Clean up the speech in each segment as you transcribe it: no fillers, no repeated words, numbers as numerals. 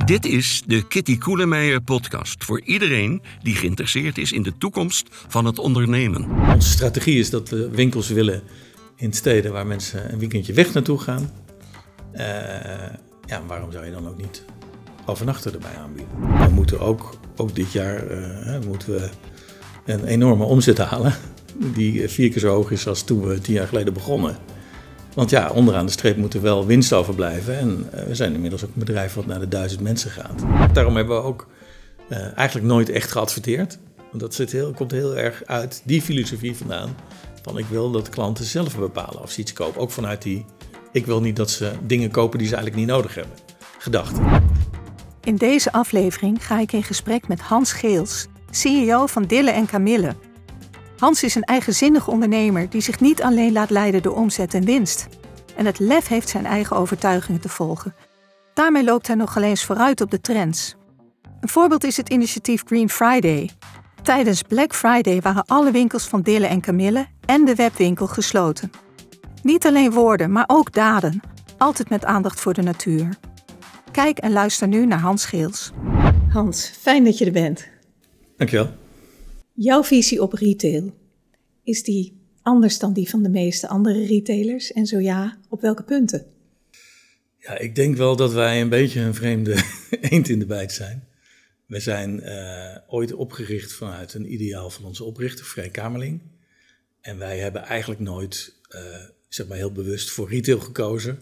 Dit is de Kitty Koelemeijer podcast voor iedereen die geïnteresseerd is in de toekomst van het ondernemen. Onze strategie is dat we winkels willen in steden waar mensen een weekendje weg naartoe gaan. Waarom zou je dan ook niet overnachten erbij aanbieden? We moeten ook dit jaar moeten we een enorme omzet halen die 4 keer zo hoog is als toen we 10 jaar geleden begonnen. Want ja, onderaan de streep moet er wel winst overblijven. En we zijn inmiddels ook een bedrijf wat naar de 1000 mensen gaat. Daarom hebben we ook eigenlijk nooit echt geadverteerd. Want dat komt heel erg uit die filosofie vandaan. Van ik wil dat de klanten zelf bepalen of ze iets kopen. Ook vanuit ik wil niet dat ze dingen kopen die ze eigenlijk niet nodig hebben. Gedachte. In deze aflevering ga ik in gesprek met Hans Geels, CEO van Dille en Camille. Hans is een eigenzinnig ondernemer die zich niet alleen laat leiden door omzet en winst. En het lef heeft zijn eigen overtuigingen te volgen. Daarmee loopt hij nogal eens vooruit op de trends. Een voorbeeld is het initiatief Green Friday. Tijdens Black Friday waren alle winkels van Dille en Camille en de webwinkel gesloten. Niet alleen woorden, maar ook daden. Altijd met aandacht voor de natuur. Kijk en luister nu naar Hans Geels. Hans, fijn dat je er bent. Dankjewel. Jouw visie op retail, is die anders dan die van de meeste andere retailers? En zo ja, op welke punten? Ja, ik denk wel dat wij een beetje een vreemde eend in de bijt zijn. We zijn ooit opgericht vanuit een ideaal van onze oprichter, Freek Kamerling. En wij hebben eigenlijk nooit heel bewust voor retail gekozen.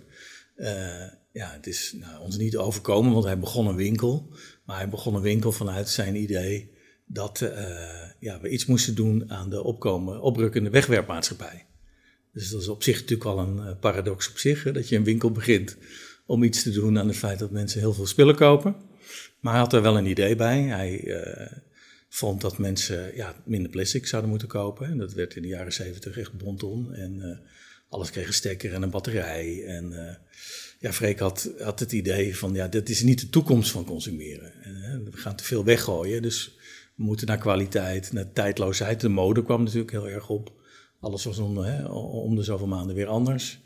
Het is ons niet overkomen, want hij begon een winkel. Maar hij begon een winkel vanuit zijn idee dat we iets moesten doen aan de oprukkende wegwerpmaatschappij. Dus dat is op zich natuurlijk wel een paradox op zich, hè, dat je een winkel begint om iets te doen aan het feit dat mensen heel veel spullen kopen. Maar hij had er wel een idee bij. Hij vond dat mensen minder plastic zouden moeten kopen. En dat werd in de jaren 70 echt bonton. En alles kreeg een stekker en een batterij. En Freek had het idee van, dit is niet de toekomst van consumeren. We gaan te veel weggooien, dus we moeten naar kwaliteit, naar tijdloosheid. De mode kwam natuurlijk heel erg op. Alles was om de zoveel maanden weer anders.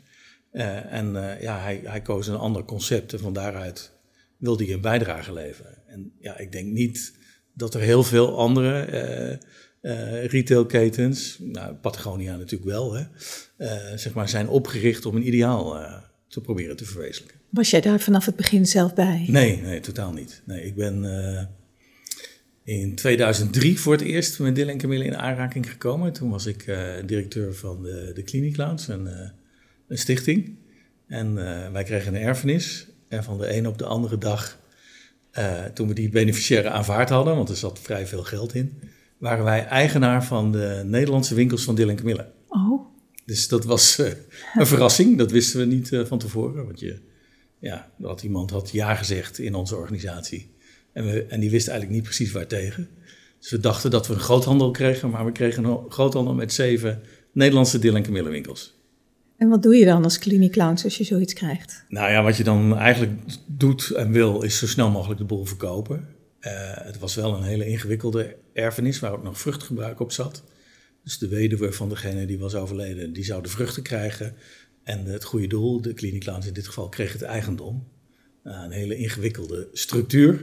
Hij koos een ander concept en van daaruit wilde hij een bijdrage leveren. En ik denk niet dat er heel veel andere retailketens, Patagonia natuurlijk wel, zijn opgericht om een ideaal te proberen te verwezenlijken. Was jij daar vanaf het begin zelf bij? Nee, totaal niet. Nee, ik ben in 2003 voor het eerst met Dille en Camille in aanraking gekomen. Toen was ik directeur van de Clinic Lounge, een stichting. En wij kregen een erfenis. En van de een op de andere dag, toen we die beneficiaire aanvaard hadden, want er zat vrij veel geld in, waren wij eigenaar van de Nederlandse winkels van Dille en Camille. Oh. Dus dat was een verrassing. Dat wisten we niet van tevoren. Want iemand had ja gezegd in onze organisatie. En die wist eigenlijk niet precies waartegen. Dus we dachten dat we een groothandel kregen, maar we kregen een groothandel met 7 Nederlandse Dille en Camille winkels. En wat doe je dan als Clinic Lounge als je zoiets krijgt? Wat je dan eigenlijk doet en wil, is zo snel mogelijk de boel verkopen. Het was wel een hele ingewikkelde erfenis, waar ook nog vruchtgebruik op zat. Dus de weduwe van degene die was overleden, die zou de vruchten krijgen. En het goede doel, de Clinic Lounge in dit geval, kreeg het eigendom. Een hele ingewikkelde structuur.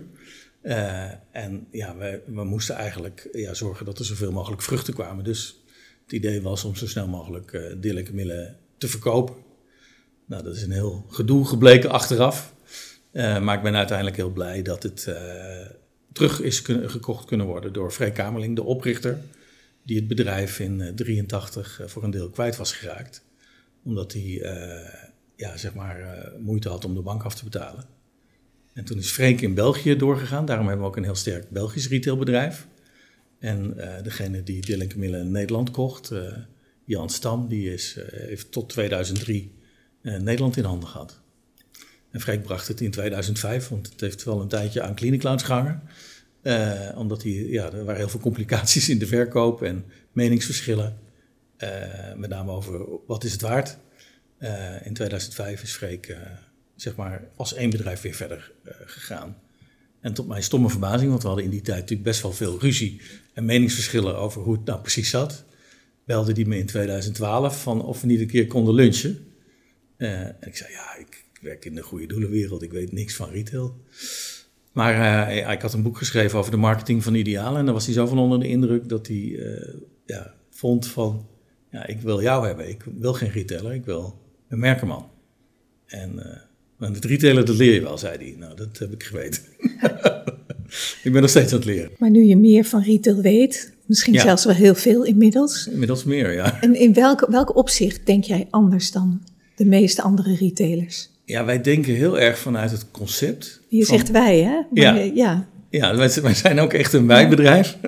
We moesten eigenlijk zorgen dat er zoveel mogelijk vruchten kwamen. Dus het idee was om zo snel mogelijk Dille en Camille te verkopen. Dat is een heel gedoe gebleken achteraf. Maar ik ben uiteindelijk heel blij dat het terug is gekocht kunnen worden door Freek Kamerling, de oprichter, die het bedrijf in 1983 voor een deel kwijt was geraakt. Omdat hij moeite had om de bank af te betalen. En toen is Freek in België doorgegaan. Daarom hebben we ook een heel sterk Belgisch retailbedrijf. En degene die Dille en Camille in Nederland kocht, Jan Stam, die heeft tot 2003 Nederland in handen gehad. En Freek bracht het in 2005, want het heeft wel een tijdje aan Clinic Lounge gehangen. Omdat er waren heel veel complicaties in de verkoop en meningsverschillen. Met name over wat is het waard. In 2005 is Freek als één bedrijf weer verder gegaan. En tot mijn stomme verbazing, want we hadden in die tijd natuurlijk best wel veel ruzie en meningsverschillen over hoe het nou precies zat, belde die me in 2012 van of we niet een keer konden lunchen. En ik zei, ik werk in de goede doelenwereld, ik weet niks van retail. Maar ik had een boek geschreven over de marketing van idealen. En daar was hij zo van onder de indruk dat hij vond van... Ja, ik wil jou hebben. Ik wil geen retailer, ik wil een merkenman. En het retailer, dat leer je wel, zei hij. Nou, dat heb ik geweten. Ik ben nog steeds aan het leren. Maar nu je meer van retail weet, misschien zelfs wel heel veel inmiddels. Inmiddels meer, ja. En in welk opzicht denk jij anders dan de meeste andere retailers? Ja, wij denken heel erg vanuit het concept. Je zegt wij, hè? Maar Ja, wij zijn ook echt een wijbedrijf.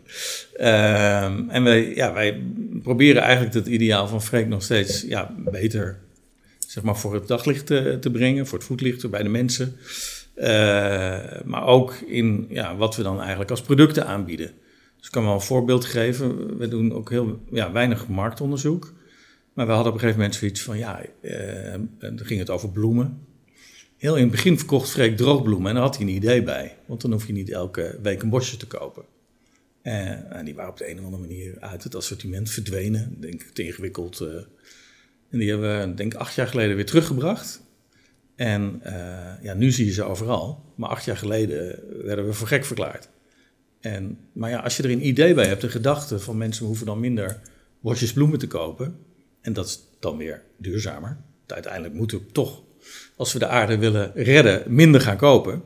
En wij proberen eigenlijk het ideaal van Freek nog steeds beter, zeg maar, voor het daglicht te brengen, voor het voetlicht bij de mensen. Maar ook in wat we dan eigenlijk als producten aanbieden. Dus ik kan wel een voorbeeld geven. We doen ook heel weinig marktonderzoek. Maar we hadden op een gegeven moment zoiets van, dan ging het over bloemen. Heel in het begin verkocht Freek droogbloemen en daar had hij een idee bij. Want dan hoef je niet elke week een bosje te kopen. En die waren op de een of andere manier uit het assortiment verdwenen. Denk ik te ingewikkeld. En die hebben we, denk ik, 8 jaar geleden weer teruggebracht. En nu zie je ze overal. Maar 8 jaar geleden werden we voor gek verklaard. Maar als je er een idee bij hebt, een gedachte van mensen hoeven dan minder bosjes bloemen te kopen. En dat is dan weer duurzamer. Uiteindelijk moeten we toch, als we de aarde willen redden, minder gaan kopen.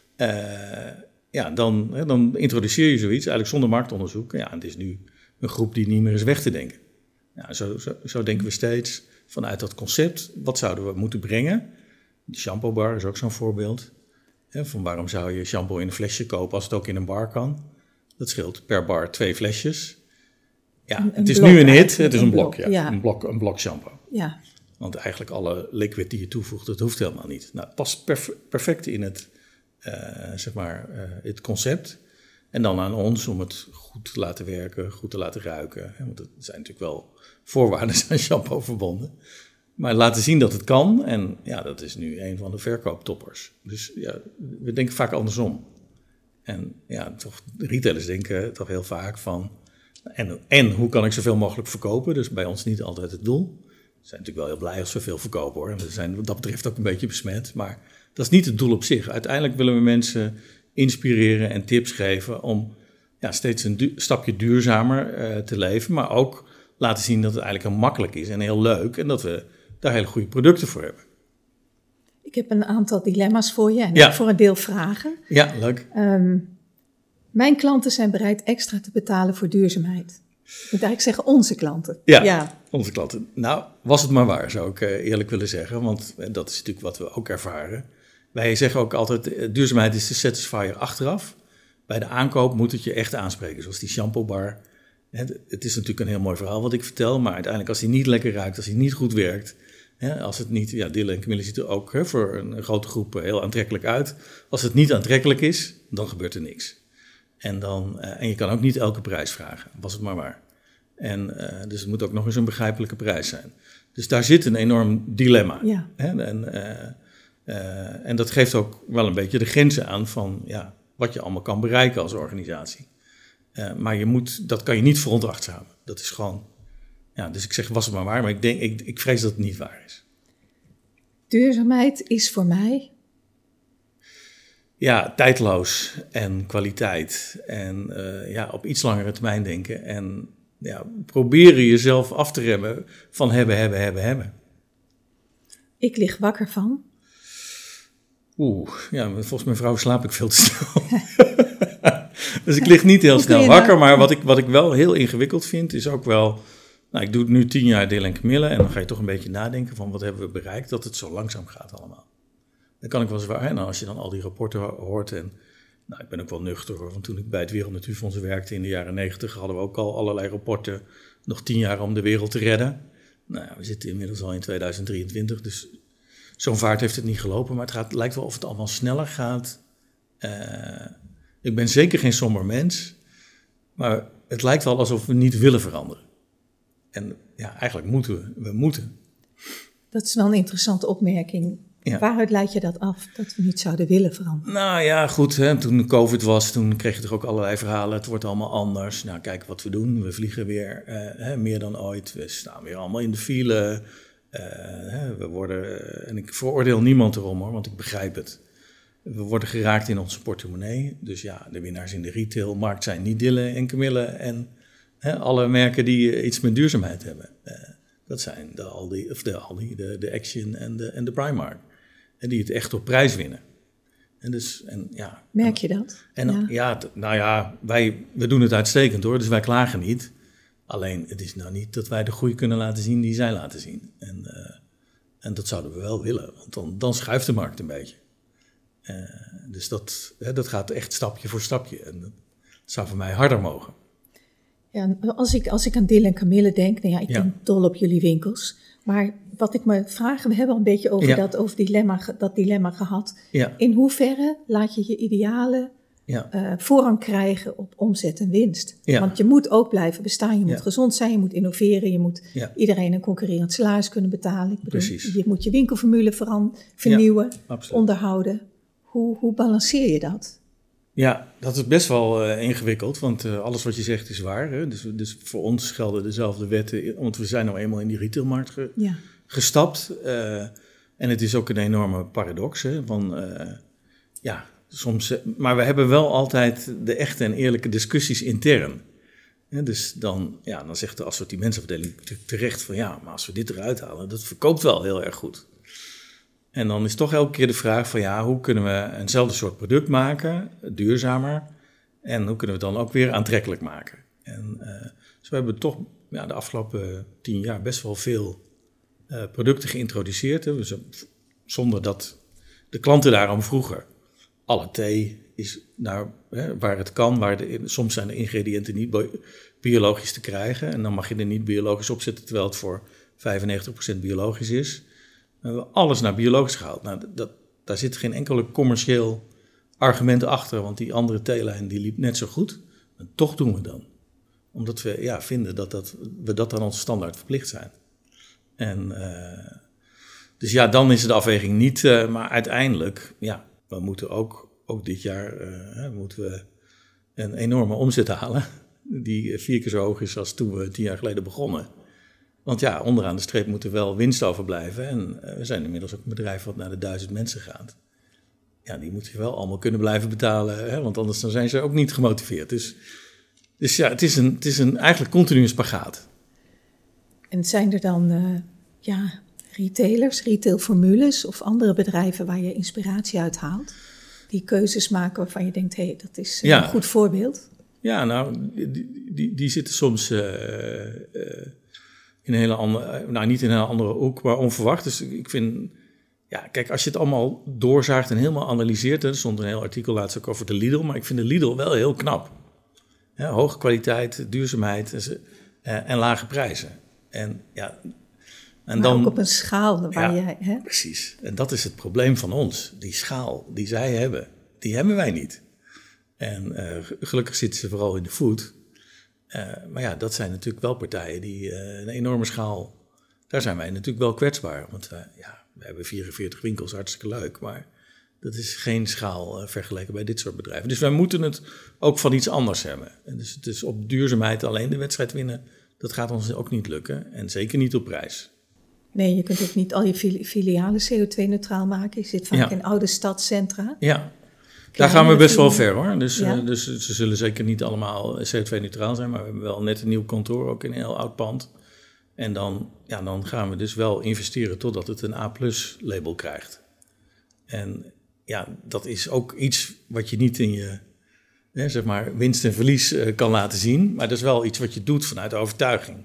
Dan introduceer je zoiets eigenlijk zonder marktonderzoek. Ja, het is nu een groep die niet meer is weg te denken. Ja, zo denken we steeds vanuit dat concept. Wat zouden we moeten brengen? De shampoo bar is ook zo'n voorbeeld. Van waarom zou je shampoo in een flesje kopen als het ook in een bar kan? Dat scheelt per bar 2 flesjes. Ja, het is nu een hit. Het is een blok, een blok shampoo. Ja. Want eigenlijk alle liquid die je toevoegt, dat hoeft helemaal niet. Nou, het past perfect in het, het concept. En dan aan ons om het goed te laten werken, goed te laten ruiken. Want er zijn natuurlijk wel voorwaarden aan shampoo verbonden. Maar laten zien dat het kan. En dat is nu een van de verkooptoppers. Dus we denken vaak andersom. En toch, de retailers denken toch heel vaak van... En hoe kan ik zoveel mogelijk verkopen? Dus bij ons niet altijd het doel. We zijn natuurlijk wel heel blij als we veel verkopen, hoor. We zijn wat dat betreft ook een beetje besmet. Maar dat is niet het doel op zich. Uiteindelijk willen we mensen inspireren en tips geven om steeds een stapje duurzamer te leven. Maar ook laten zien dat het eigenlijk heel makkelijk is en heel leuk. En dat we daar hele goede producten voor hebben. Ik heb een aantal dilemma's voor je en voor een deel vragen. Ja, leuk. Mijn klanten zijn bereid extra te betalen voor duurzaamheid. Ik moet eigenlijk zeggen onze klanten. Ja, onze klanten. Nou, was het maar waar, zou ik eerlijk willen zeggen. Want dat is natuurlijk wat we ook ervaren. Wij zeggen ook altijd, duurzaamheid is de satisfier achteraf. Bij de aankoop moet het je echt aanspreken. Zoals die shampoo bar. Het is natuurlijk een heel mooi verhaal wat ik vertel. Maar uiteindelijk als hij niet lekker ruikt, als hij niet goed werkt... als het niet, Dille en Camille ziet er ook voor een grote groep heel aantrekkelijk uit. Als het niet aantrekkelijk is, dan gebeurt er niks. En je kan ook niet elke prijs vragen, was het maar waar. Dus het moet ook nog eens een begrijpelijke prijs zijn. Dus daar zit een enorm dilemma. Ja. En dat geeft ook wel een beetje de grenzen aan van wat je allemaal kan bereiken als organisatie. Maar dat kan je niet veronachtzamen. Dat is gewoon... dus ik zeg, was het maar waar, maar ik vrees dat het niet waar is. Duurzaamheid is voor mij... tijdloos en kwaliteit en op iets langere termijn denken. En proberen jezelf af te remmen van hebben. Ik lig wakker van... Volgens mijn vrouw slaap ik veel te snel. Dus ik lig niet heel snel wakker, maar wat ik wel heel ingewikkeld vind is ook wel... ik doe het nu 10 jaar Dille en Camille en dan ga je toch een beetje nadenken van wat hebben we bereikt, dat het zo langzaam gaat allemaal. Dan kan ik wel eens waar, als je dan al die rapporten hoort en ik ben ook wel nuchter hoor, want toen ik bij het Wereld Natuurfonds werkte in de jaren 90 hadden we ook al allerlei rapporten, nog 10 jaar om de wereld te redden. We zitten inmiddels al in 2023, dus zo'n vaart heeft het niet gelopen, maar het lijkt wel of het allemaal sneller gaat. Ik ben zeker geen somber mens, maar het lijkt wel alsof we niet willen veranderen. En eigenlijk moeten we. Dat is wel een interessante opmerking. Ja. Waaruit leid je dat af, dat we niet zouden willen veranderen? Goed. Toen COVID was, toen kreeg je toch ook allerlei verhalen. Het wordt allemaal anders. Kijk wat we doen. We vliegen weer meer dan ooit. We staan weer allemaal in de file. We worden... En ik veroordeel niemand erom hoor, want ik begrijp het. We worden geraakt in onze portemonnee. Dus ja, de winnaars in de retailmarkt zijn niet Dille en Camille en alle merken die iets met duurzaamheid hebben. Dat zijn de Aldi, de Action en de Primark. En die het echt op prijs winnen. Merk je dat? We doen het uitstekend hoor, dus wij klagen niet. Alleen, het is nou niet dat wij de groei kunnen laten zien die zij laten zien. En dat zouden we wel willen, want dan schuift de markt een beetje. Dus dat gaat echt stapje voor stapje. En dat zou voor mij harder mogen. Ja, als ik aan Dille en Camille denk, ik ben dol op jullie winkels. Maar wat ik me vraag, we hebben al een beetje over dat dilemma gehad. Ja. In hoeverre laat je idealen voorrang krijgen op omzet en winst? Ja. Want je moet ook blijven bestaan, je moet gezond zijn, je moet innoveren, je moet iedereen een concurrerend salaris kunnen betalen. Je moet je winkelformule vernieuwen, onderhouden. Hoe balanceer je dat? Ja, dat is best wel ingewikkeld, want alles wat je zegt is waar. Hè? Dus voor ons gelden dezelfde wetten, want we zijn nou eenmaal in die retailmarkt gestapt. En het is ook een enorme paradox. Hè? Soms, maar we hebben wel altijd de echte en eerlijke discussies intern. Dus dan zegt de assortimentsafdeling terecht van maar als we dit eruit halen, dat verkoopt wel heel erg goed. En dan is toch elke keer de vraag van hoe kunnen we eenzelfde soort product maken, duurzamer, en hoe kunnen we het dan ook weer aantrekkelijk maken. En dus we hebben toch de afgelopen 10 jaar best wel veel producten geïntroduceerd. Hè. Zonder dat de klanten daarom vroegen. Alle thee is waar het kan, soms zijn de ingrediënten niet biologisch te krijgen. En dan mag je er niet biologisch op zetten, terwijl het voor 95% biologisch is. We hebben alles naar biologisch gehaald. Daar zit geen enkele commercieel argument achter, want die andere theelijn die liep net zo goed. En toch doen we dan. Omdat we vinden dat we dat aan onze standaard verplicht zijn. En dus dan is de afweging niet, maar uiteindelijk, we moeten ook dit jaar moeten we een enorme omzet halen, die 4 keer zo hoog is als toen we 10 jaar geleden begonnen. Want onderaan de streep moet er wel winst overblijven. En we zijn inmiddels ook een bedrijf wat naar de 1000 mensen gaat. Ja, die moet je wel allemaal kunnen blijven betalen. Hè? Want anders dan zijn ze ook niet gemotiveerd. Dus het is een eigenlijk continue spagaat. En zijn er dan retailers, retailformules of andere bedrijven waar je inspiratie uit haalt? Die keuzes maken waarvan je denkt, dat is een goed voorbeeld. Ja, die zitten soms in een hele andere, niet in een hele andere hoek, maar onverwacht. Dus ik vind, kijk, als je het allemaal doorzaagt en helemaal analyseert, er stond een heel artikel laatst ook over de Lidl, maar ik vind de Lidl wel heel knap. Hoge kwaliteit, duurzaamheid en lage prijzen. En dan ook op een schaal waar jij... Hè? Precies. En dat is het probleem van ons. Die schaal die zij hebben, die hebben wij niet. En gelukkig zitten ze vooral in de food. Maar dat zijn natuurlijk wel partijen die een enorme schaal... Daar zijn wij natuurlijk wel kwetsbaar. Want we hebben 44 winkels, hartstikke leuk. Maar dat is geen schaal vergeleken bij dit soort bedrijven. Dus wij moeten het ook van iets anders hebben. En dus het is op duurzaamheid alleen de wedstrijd winnen. Dat gaat ons ook niet lukken. En zeker niet op prijs. Nee, je kunt ook niet al je filialen CO2-neutraal maken. Je zit vaak in oude stadscentra. Ja. Daar gaan we best wel ver hoor. Dus ze zullen zeker niet allemaal CO2-neutraal zijn. Maar we hebben wel net een nieuw kantoor, ook in een heel oud pand. En dan gaan we dus wel investeren totdat het een A+-label krijgt. En dat is ook iets wat je niet in je winst en verlies kan laten zien. Maar dat is wel iets wat je doet vanuit overtuiging.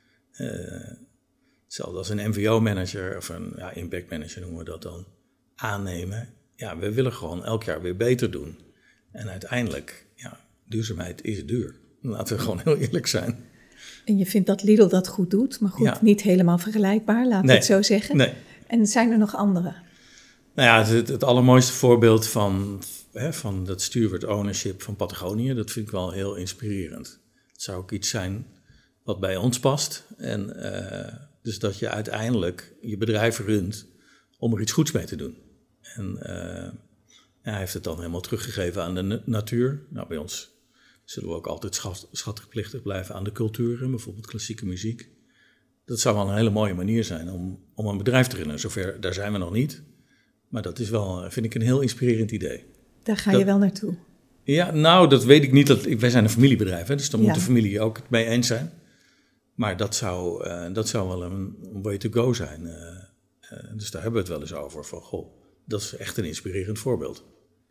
Hetzelfde als een MVO-manager of een impact-manager noemen we dat dan, aannemen. Ja, we willen gewoon elk jaar weer beter doen. En uiteindelijk, duurzaamheid is duur. Laten we gewoon heel eerlijk zijn. En je vindt dat Lidl dat goed doet, maar goed, niet helemaal vergelijkbaar, laten we het zo zeggen. Nee. En zijn er nog andere? Nou ja, het allermooiste voorbeeld van dat steward ownership van Patagonië, dat vind ik wel heel inspirerend. Het zou ook iets zijn wat bij ons past. En dus dat je uiteindelijk je bedrijf runt om er iets goeds mee te doen. En hij heeft het dan helemaal teruggegeven aan de natuur. Nou, bij ons zullen we ook altijd schatplichtig blijven aan de cultuur, bijvoorbeeld klassieke muziek. Dat zou wel een hele mooie manier zijn om een bedrijf te runnen. Zover, daar zijn we nog niet. Maar dat is wel, vind ik, een heel inspirerend idee. Daar ga je wel naartoe. Ja, nou, dat weet ik niet. Wij zijn een familiebedrijf, hè, dus dan moet de familie ook het mee eens zijn. Maar dat zou wel een way to go zijn. Dus daar hebben we het wel eens over. Van, goh, dat is echt een inspirerend voorbeeld.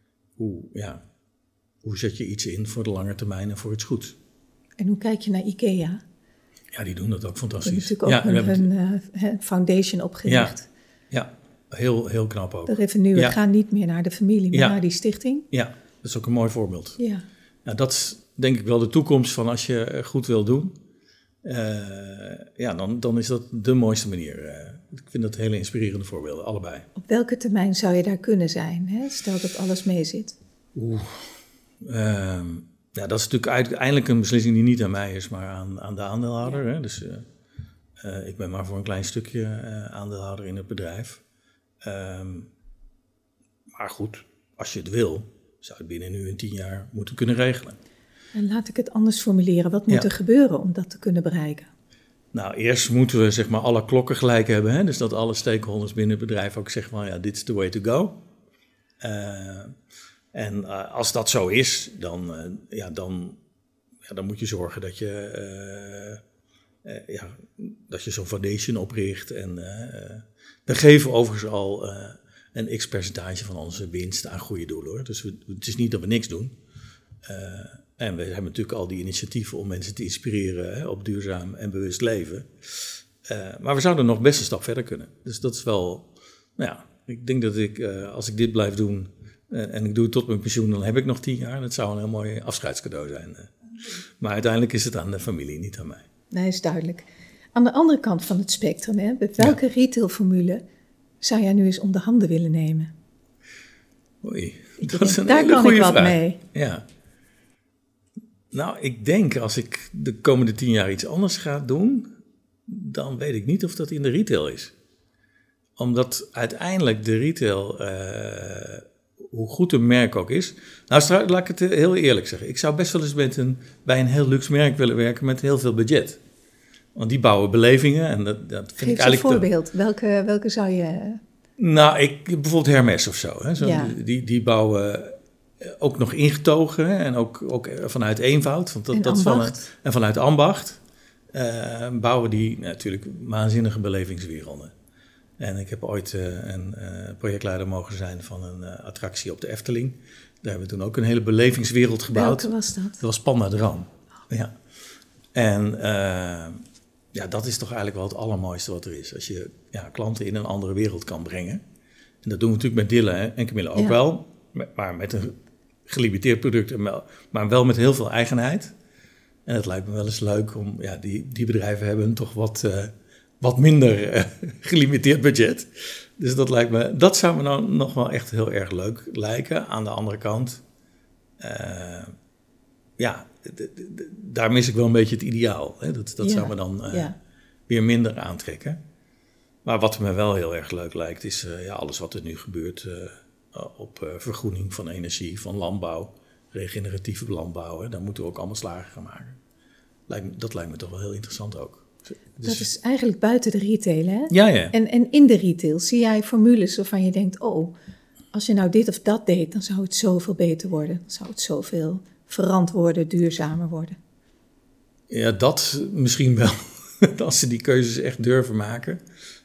Hoe zet je iets in voor de lange termijn en voor iets goeds? En hoe kijk je naar IKEA? Ja, die doen dat ook fantastisch. Die hebben natuurlijk ook hun foundation opgericht. Ja, heel, heel knap ook. De revenue gaan niet meer naar de familie, maar naar die stichting. Ja, dat is ook een mooi voorbeeld. Ja. Nou, dat is denk ik wel de toekomst van als je goed wil doen. Dan is dat de mooiste manier. Ik vind dat hele inspirerende voorbeelden, allebei. Op welke termijn zou je daar kunnen zijn? Hè? Stel dat alles mee zit. Dat is natuurlijk uiteindelijk een beslissing die niet aan mij is, maar aan de aandeelhouder. Hè? Dus ik ben maar voor een klein stukje aandeelhouder in het bedrijf. Maar goed, als je het wil, zou het binnen nu 10 jaar moeten kunnen regelen. En laat ik het anders formuleren. Wat moet er gebeuren om dat te kunnen bereiken? Nou, eerst moeten we zeg maar alle klokken gelijk hebben. Hè? Dus dat alle stakeholders binnen het bedrijf ook zeggen van dit is the way to go. En als dat zo is, dan moet je zorgen dat je zo'n foundation opricht. En we geven overigens al een x-percentage van onze winst aan goede doelen, hoor. Dus het is niet dat we niks doen. En we hebben natuurlijk al die initiatieven om mensen te inspireren op duurzaam en bewust leven. Maar we zouden nog best een stap verder kunnen. Dus dat is wel, ik denk dat als ik dit blijf doen en ik doe het tot mijn pensioen, dan heb ik nog 10 jaar. Dat zou een heel mooi afscheidscadeau zijn. Maar uiteindelijk is het aan de familie, niet aan mij. Nee, is duidelijk. Aan de andere kant van het spectrum, met welke retailformule zou jij nu eens om de handen willen nemen? Oei, dat is een daar hele kan goede ik wat vraag. mee. Ja. Nou, ik denk als ik de komende 10 jaar iets anders ga doen, dan weet ik niet of dat in de retail is. Omdat uiteindelijk de retail, hoe goed een merk ook is. Nou, laat ik het heel eerlijk zeggen. Ik zou best wel eens bij een heel luxe merk willen werken met heel veel budget. Want die bouwen belevingen en dat vind Geef ik eigenlijk... een voorbeeld. Welke zou je... Nou, bijvoorbeeld Hermes of zo. Hè? Die bouwen ook nog ingetogen en ook vanuit eenvoud. Want dat en vanuit ambacht bouwen die natuurlijk waanzinnige belevingswerelden. En ik heb ooit een projectleider mogen zijn van een attractie op de Efteling. Daar hebben we toen ook een hele belevingswereld gebouwd. Welke was dat? Dat was Panda Droom. Ja. En dat is toch eigenlijk wel het allermooiste wat er is. Als je klanten in een andere wereld kan brengen. En dat doen we natuurlijk met Dille en Camilla ook wel. Maar met een gelimiteerd product, maar wel met heel veel eigenheid. En het lijkt me wel eens leuk om... Ja, die bedrijven hebben toch wat minder gelimiteerd budget. Dus dat zou me nou nog wel echt heel erg leuk lijken. Aan de andere kant... daar mis ik wel een beetje het ideaal. Hè? Dat zou me dan weer minder aantrekken. Maar wat me wel heel erg leuk lijkt, is alles wat er nu gebeurt op vergroening van energie, van landbouw, regeneratieve landbouw. Hè? Daar moeten we ook allemaal slagen gaan maken. Dat lijkt me toch wel heel interessant ook. Dus, dat is eigenlijk buiten de retail, hè? Ja. En in de retail zie jij formules waarvan je denkt, als je nou dit of dat deed, dan zou het zoveel beter worden. Dan zou het zoveel verantwoorder, duurzamer worden. Ja, dat misschien wel. Als ze die keuzes echt durven maken.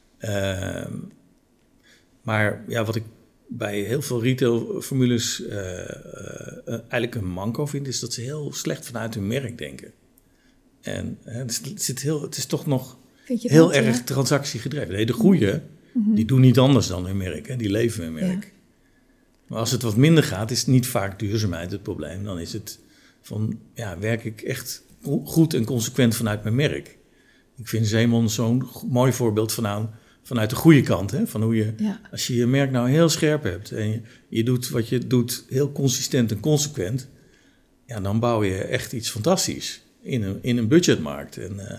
Maar wat ik bij heel veel retailformules eigenlijk een manco vind, is dat ze heel slecht vanuit hun merk denken. En het is toch nog heel erg transactiegedreven. Nee, de goeie, die doen niet anders dan hun merk. Hè? Die leven hun merk. Ja. Maar als het wat minder gaat, is het niet vaak duurzaamheid het probleem. Dan is het van, werk ik echt goed en consequent vanuit mijn merk. Ik vind Zeeman zo'n mooi voorbeeld vanuit de goede kant. Hè? Van hoe je, als je je merk nou heel scherp hebt en je doet wat je doet heel consistent en consequent, dan bouw je echt iets fantastisch in een budgetmarkt.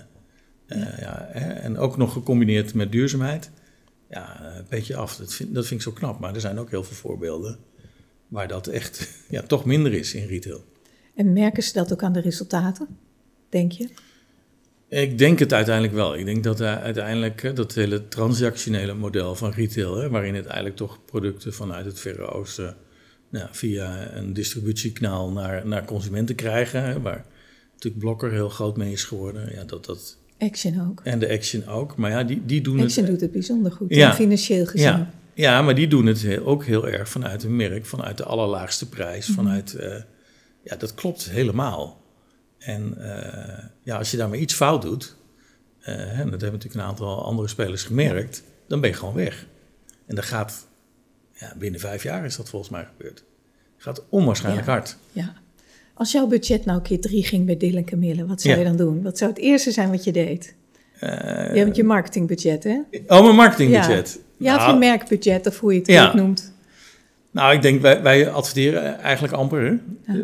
En ook nog gecombineerd met duurzaamheid. Ja, een beetje af. Dat vind ik zo knap. Maar er zijn ook heel veel voorbeelden waar dat echt toch minder is in retail. En merken ze dat ook aan de resultaten, denk je? Ik denk het uiteindelijk wel. Ik denk dat uiteindelijk dat hele transactionele model van retail, waarin het eigenlijk toch producten vanuit het Verre Oosten via een distributiekanaal naar consumenten krijgen, waar natuurlijk Blokker heel groot mee is geworden. Ja, dat Action ook. En de Action ook. Maar ja, die doen Action doet het bijzonder goed, financieel gezien. Ja, maar die doen het ook heel erg vanuit een merk, vanuit de allerlaagste prijs, vanuit... dat klopt helemaal. En als je daar maar iets fout doet, en dat hebben natuurlijk een aantal andere spelers gemerkt, dan ben je gewoon weg. En dat gaat, binnen 5 jaar is dat volgens mij gebeurd. Gaat onwaarschijnlijk hard. Ja. Als jouw budget nou keer 3 ging bij Dille & Camille, wat zou je dan doen? Wat zou het eerste zijn wat je deed? Je hebt je marketingbudget, hè? Oh, mijn marketingbudget. Ja, of je merkbudget, of hoe je het ook noemt. Nou, ik denk, wij adverteren eigenlijk amper.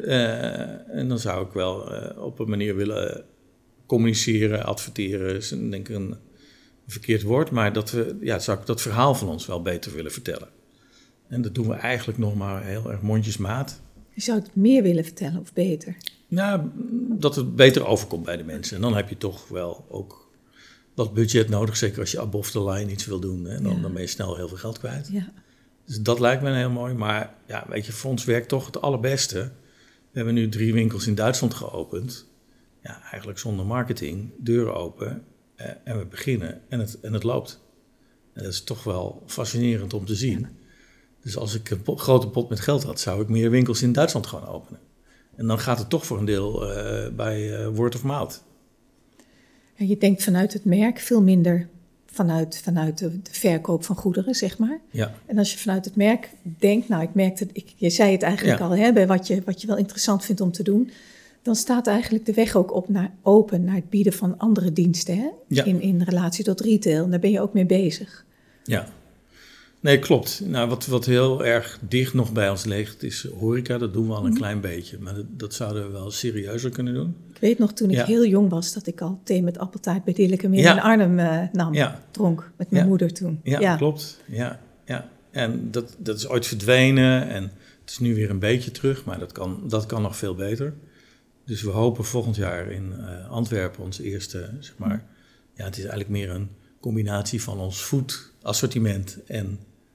En dan zou ik wel op een manier willen communiceren, adverteren. Is denk ik een verkeerd woord, maar zou ik dat verhaal van ons wel beter willen vertellen. En dat doen we eigenlijk nog maar heel erg mondjesmaat. Je zou het meer willen vertellen of beter? Nou, dat het beter overkomt bij de mensen. En dan heb je toch wel ook wat budget nodig. Zeker als je above the line iets wil doen. Hè? Dan ben je snel heel veel geld kwijt. Ja. Dus dat lijkt me heel mooi. Maar weet je, voor ons werkt toch het allerbeste. We hebben nu 3 winkels in Duitsland geopend. Ja, eigenlijk zonder marketing. Deuren open. En we beginnen. En het loopt. En dat is toch wel fascinerend om te zien. Ja. Dus als ik een grote pot met geld had, zou ik meer winkels in Duitsland gewoon openen. En dan gaat het toch voor een deel bij word of mouth. Ja, je denkt vanuit het merk veel minder vanuit de verkoop van goederen, zeg maar. Ja. En als je vanuit het merk denkt, ik merkte, je zei het eigenlijk al, hè, bij wat je wel interessant vindt om te doen, dan staat eigenlijk de weg ook open naar het bieden van andere diensten, hè? Ja. In relatie tot retail. En daar ben je ook mee bezig. Ja. Nee, klopt. Nou, wat heel erg dicht nog bij ons ligt is horeca. Dat doen we al een klein beetje. Maar dat zouden we wel serieuzer kunnen doen. Ik weet nog toen ik heel jong was dat ik al thee met appeltaart bij Dille & Camille in Arnhem dronk. Met mijn moeder toen. Ja, klopt. Ja. En dat is ooit verdwenen. En het is nu weer een beetje terug. Maar dat kan nog veel beter. Dus we hopen volgend jaar in Antwerpen ons eerste, zeg maar. Ja, het is eigenlijk meer een combinatie van ons food-assortiment en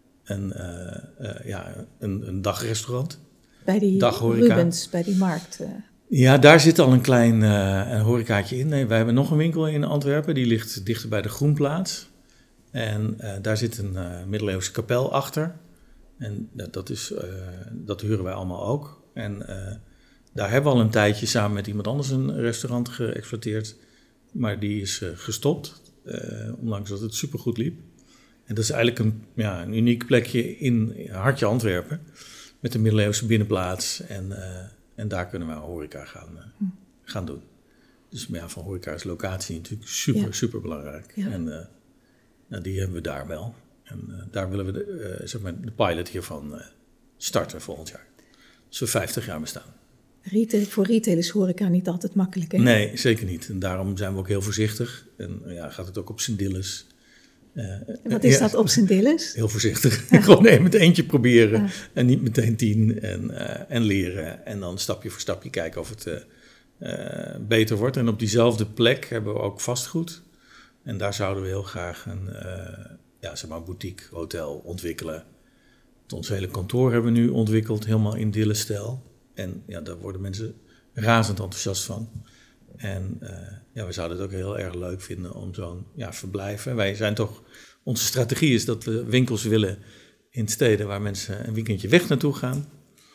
een dagrestaurant. Bij die Rubens, bij die markt. Ja, daar zit al een klein horecaatje in. Nee, wij hebben nog een winkel in Antwerpen, die ligt dichter bij de Groenplaats. En daar zit een middeleeuwse kapel achter. En dat huren wij allemaal ook. En daar hebben we al een tijdje samen met iemand anders een restaurant geëxploiteerd. Maar die is gestopt, ondanks dat het supergoed liep. En dat is eigenlijk een uniek plekje in hartje Antwerpen. Met een middeleeuwse binnenplaats. En daar kunnen we horeca gaan doen. Dus van horeca is locatie natuurlijk super belangrijk. Ja. En die hebben we daar wel. En daar willen we de pilot hiervan starten volgend jaar. Als we 50 jaar bestaan. Voor retail is horeca niet altijd makkelijk, hè? Nee, zeker niet. En daarom zijn we ook heel voorzichtig. En gaat het ook op z'n dilles. Wat is dat op z'n dilles? Heel voorzichtig. Gewoon met eentje proberen. En niet meteen 10 en leren. En dan stapje voor stapje kijken of het beter wordt. En op diezelfde plek hebben we ook vastgoed. En daar zouden we heel graag een boutique hotel ontwikkelen. Ons hele kantoor hebben we nu ontwikkeld, helemaal in Dille-stijl. En daar worden mensen razend enthousiast van. En we zouden het ook heel erg leuk vinden om zo'n verblijf. Wij zijn toch, onze strategie is dat we winkels willen in steden waar mensen een weekendje weg naartoe gaan.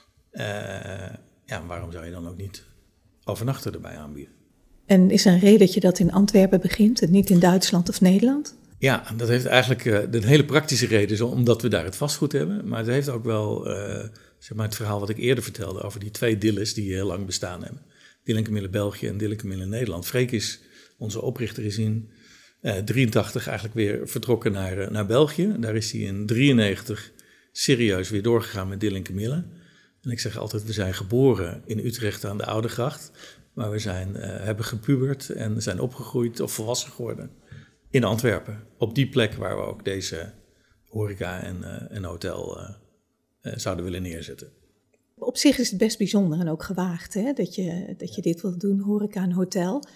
Waarom zou je dan ook niet overnachten erbij aanbieden? En is er een reden dat je dat in Antwerpen begint en niet in Duitsland of Nederland? Ja, dat heeft eigenlijk een hele praktische reden, omdat we daar het vastgoed hebben. Maar het heeft ook wel het verhaal wat ik eerder vertelde over die 2 dilles die heel lang bestaan hebben. Dille & Camille België en Dille & Camille Nederland. Freek onze oprichter, is in 83 eigenlijk weer vertrokken naar België. Daar is hij in 93 serieus weer doorgegaan met Dille & Camille. En ik zeg altijd, we zijn geboren in Utrecht aan de Oudegracht. Maar we hebben gepubert en zijn opgegroeid of volwassen geworden in Antwerpen. Op die plek waar we ook deze horeca en hotel zouden willen neerzetten. Op zich is het best bijzonder en ook gewaagd, hè? Dat je dit wilt doen, horeca en hotel.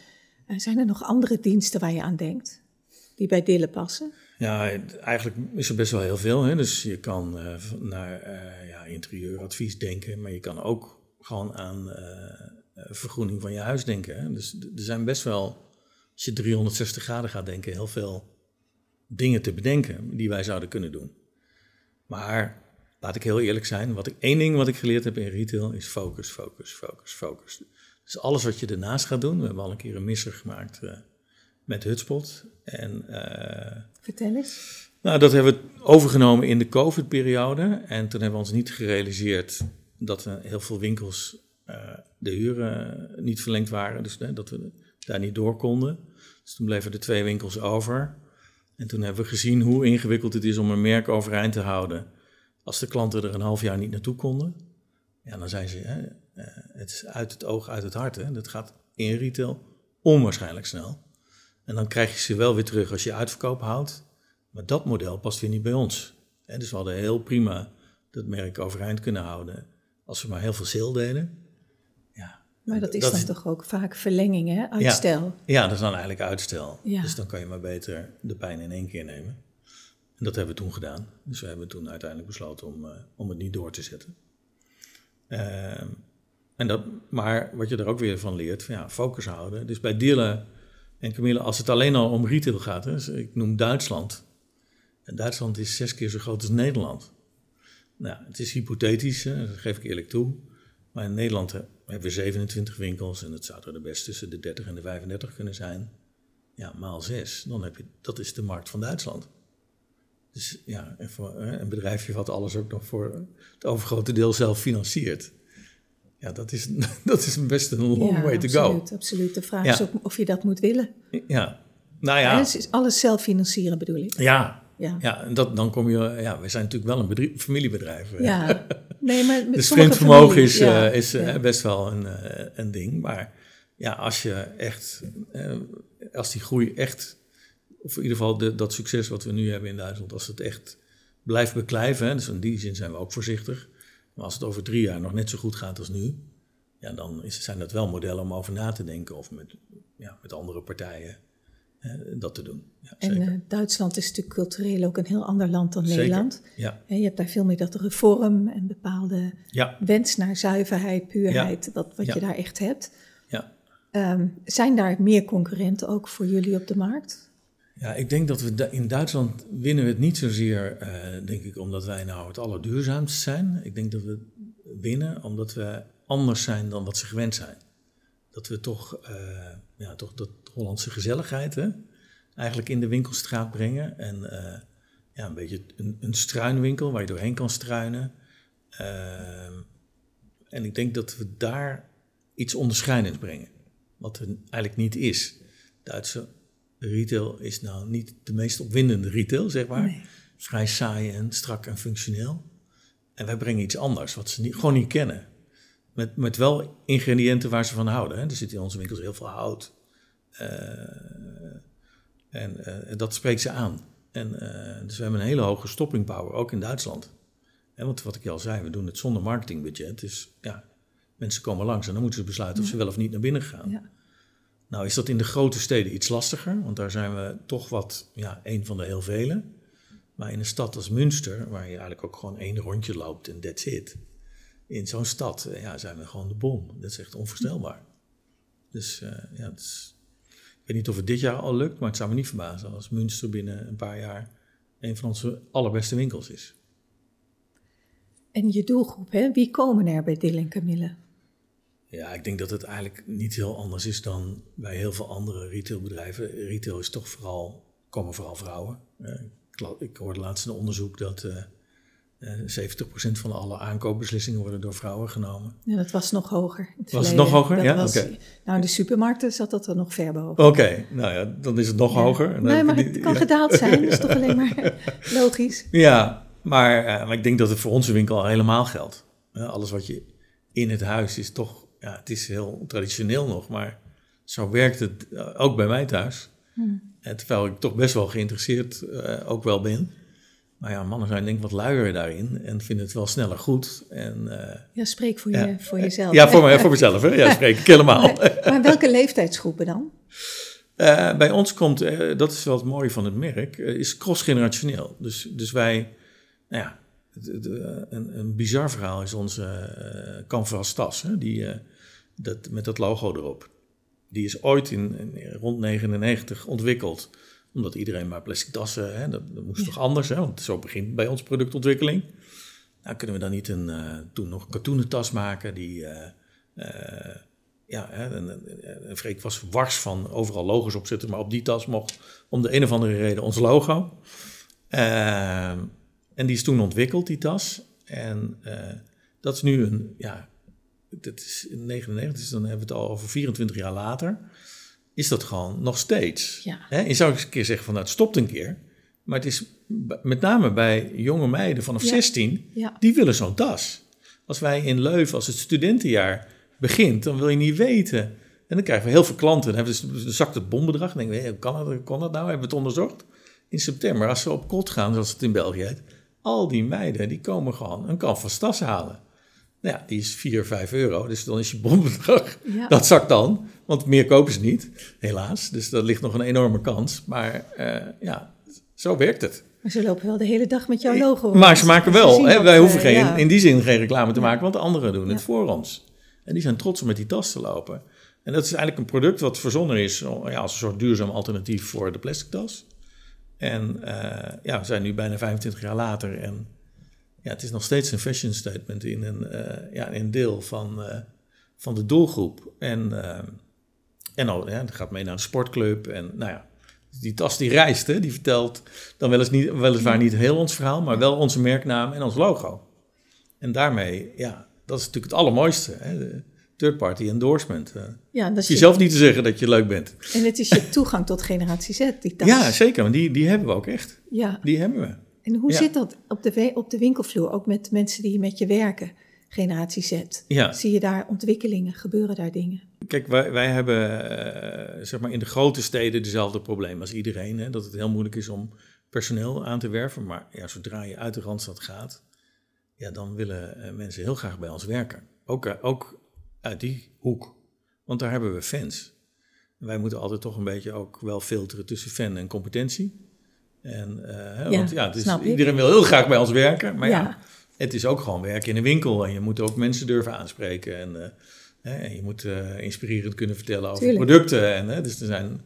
Zijn er nog andere diensten waar je aan denkt, die bij Dille passen? Ja, eigenlijk is er best wel heel veel. Hè? Dus je kan naar interieuradvies denken, maar je kan ook gewoon aan vergroening van je huis denken. Hè? Dus er zijn best wel, als je 360 graden gaat denken, heel veel dingen te bedenken die wij zouden kunnen doen. Maar laat ik heel eerlijk zijn, één ding wat ik geleerd heb in retail is focus, focus, focus, focus. Dus alles wat je ernaast gaat doen, we hebben al een keer een misser gemaakt met Hutspot. Vertel eens. Nou, dat hebben we overgenomen in de COVID-periode. En toen hebben we ons niet gerealiseerd dat heel veel winkels de huren niet verlengd waren. Dus dat we daar niet door konden. Dus toen bleven er 2 winkels over. En toen hebben we gezien hoe ingewikkeld het is om een merk overeind te houden. Als de klanten er een half jaar niet naartoe konden. Ja, dan zijn ze, het is uit het oog, uit het hart. Hè. Dat gaat in retail onwaarschijnlijk snel. En dan krijg je ze wel weer terug als je uitverkoop houdt. Maar dat model past weer niet bij ons. Dus we hadden heel prima dat merk overeind kunnen houden als we maar heel veel sale deden. Ja, maar dat is dan toch ook vaak verlenging, hè? Uitstel. Ja, dat is dan eigenlijk uitstel. Ja. Dus dan kan je maar beter de pijn in één keer nemen. En dat hebben we toen gedaan. Dus we hebben toen uiteindelijk besloten om het niet door te zetten. Maar wat je er ook weer van leert, focus houden. Dus bij Dille en Camille, als het alleen al om retail gaat, dus ik noem Duitsland. En Duitsland is 6 keer zo groot als Nederland. Nou, het is hypothetisch, dat geef ik eerlijk toe. Maar in Nederland hebben we 27 winkels en het zou er de best tussen de 30 en de 35 kunnen zijn. Ja, maal 6, dan heb je, dat is de markt van Duitsland. Dus ja, een bedrijfje wat alles ook nog voor het overgrote deel zelf financiert. Ja, dat is best een long way to go. Absoluut. De vraag is ook of je dat moet willen. Ja, nou ja. Is alles zelf financieren bedoel ik? Ja. En dan kom je... Ja, we zijn natuurlijk wel een familiebedrijf. Ja. Nee, maar met dus vreemd vermogen is best wel een ding. Maar ja, als die groei echt... Of in ieder geval dat succes wat we nu hebben in Duitsland... Als het echt blijft beklijven... Dus in die zin zijn we ook voorzichtig... Maar als het over 3 jaar nog net zo goed gaat als nu, ja, dan zijn dat wel modellen om over na te denken of met andere partijen dat te doen. Ja, en Duitsland is natuurlijk cultureel ook een heel ander land dan Nederland. Ja. Je hebt daar veel meer dat reform en bepaalde wens naar zuiverheid, puurheid, wat je daar echt hebt. Ja. Zijn daar meer concurrenten ook voor jullie op de markt? Ja, ik denk dat we in Duitsland winnen we het niet zozeer, denk ik, omdat wij nou het allerduurzaamst zijn. Ik denk dat we winnen omdat we anders zijn dan wat ze gewend zijn. Dat we toch dat Hollandse gezelligheid eigenlijk in de winkelstraat brengen. En een beetje een struinwinkel waar je doorheen kan struinen. En ik denk dat we daar iets onderscheidends brengen. Wat er eigenlijk niet is. Duitse retail is nou niet de meest opwindende retail, zeg maar. Nee. Vrij saai en strak en functioneel. En wij brengen iets anders, wat ze gewoon niet kennen. Met wel ingrediënten waar ze van houden. Hè. Er zit in onze winkels heel veel hout. En dat spreekt ze aan. Dus we hebben een hele hoge stopping power, ook in Duitsland. Want wat ik je al zei, we doen het zonder marketingbudget. Dus ja, mensen komen langs en dan moeten ze besluiten of ze wel of niet naar binnen gaan. Ja. Nou is dat in de grote steden iets lastiger, want daar zijn we toch een van de heel vele. Maar in een stad als Münster, waar je eigenlijk ook gewoon 1 rondje loopt en that's it. In zo'n stad zijn we gewoon de bom. Dat is echt onvoorstelbaar. Dus ik weet niet of het dit jaar al lukt, maar het zou me niet verbazen als Münster binnen een paar jaar een van onze allerbeste winkels is. En je doelgroep, wie komen er bij Dille en Camille? Ja, ik denk dat het eigenlijk niet heel anders is dan bij heel veel andere retailbedrijven. Retail is toch komen vooral vrouwen. Ik hoorde laatst een onderzoek dat 70% van alle aankoopbeslissingen worden door vrouwen genomen. Ja, dat was nog hoger. Was het nog hoger? Oké. Nou, in de supermarkten zat dat er nog ver boven. Oké, nou ja, dan is het nog hoger. Nee, maar het kan gedaald zijn, dat is toch alleen maar logisch. Ja, maar ik denk dat het voor onze winkel al helemaal geldt. Alles wat je in het huis is toch... Ja, het is heel traditioneel nog, maar zo werkt het ook bij mij thuis. En terwijl ik toch best wel geïnteresseerd ook wel ben. Maar ja, mannen zijn denk ik wat luier daarin en vinden het wel sneller goed. En, spreek voor jezelf. Ja, voor mezelf. Hè? Ja, spreek ik helemaal. Maar welke leeftijdsgroepen dan? Bij ons komt, dat is wel het mooie van het merk, is cross-generationeel. Dus wij, een bizar verhaal is onze Canvas tas, hè? Met dat logo erop. Die is ooit rond 1999 ontwikkeld, omdat iedereen maar plastic tassen, dat moest toch anders, hè? Want zo begint bij ons productontwikkeling. Nou, kunnen we dan niet toen nog een katoenen tas maken die... en Freek was wars van overal logos opzetten, maar op die tas mocht om de een of andere reden ons logo. En die is toen ontwikkeld, die tas. En dat is nu dat is in 1999, dus dan hebben we het al over 24 jaar later, is dat gewoon nog steeds. Ja. Je zou eens een keer zeggen van, het stopt een keer. Maar het is met name bij jonge meiden vanaf 16, die willen zo'n tas. Als wij in Leuven, als het studentenjaar begint, dan wil je niet weten. En dan krijgen we heel veel klanten. Dan zakt het bombedrag. Dan denken we, hoe kan dat nou? Hebben we het onderzocht? In september, als ze op kot gaan, zoals het in België heet, al die meiden, die komen gewoon een Canvas tas halen. Nou ja, die is 4 of 5 euro. Dus dan is je bombedrag, dat zakt dan. Want meer kopen ze niet, helaas. Dus daar ligt nog een enorme kans. Maar zo werkt het. Maar ze lopen wel de hele dag met jouw logo. Maar ze maken wel. Wij hoeven in die zin geen reclame te maken, want de anderen doen het voor ons. En die zijn trots om met die tas te lopen. En dat is eigenlijk een product wat verzonnen is als een soort duurzaam alternatief voor de plastic tas. En we zijn nu bijna 25 jaar later. En het is nog steeds een fashion statement in een deel van de doelgroep. En dat gaat mee naar een sportclub. En die tas die reist, hè, die vertelt dan weliswaar niet heel ons verhaal, maar wel onze merknaam en ons logo. En daarmee, dat is natuurlijk het allermooiste, hè, de third-party endorsement. Dat is jezelf niet te zeggen dat je leuk bent. En het is je toegang tot generatie Z, die tas. Ja, zeker, want die hebben we ook echt. Ja. Die hebben we. En hoe zit dat op de winkelvloer, ook met mensen die met je werken, generatie Z? Ja. Zie je daar ontwikkelingen, gebeuren daar dingen? Kijk, wij hebben in de grote steden dezelfde problemen als iedereen. Hè, dat het heel moeilijk is om personeel aan te werven. Maar zodra je uit de Randstad gaat, dan willen mensen heel graag bij ons werken. Ook uit die hoek. Want daar hebben we fans. En wij moeten altijd toch een beetje ook wel filteren tussen fan en competentie. Iedereen wil heel graag bij ons werken. Maar het is ook gewoon werken in een winkel. En je moet ook mensen durven aanspreken. En je moet inspirerend kunnen vertellen over producten. Dus er zijn...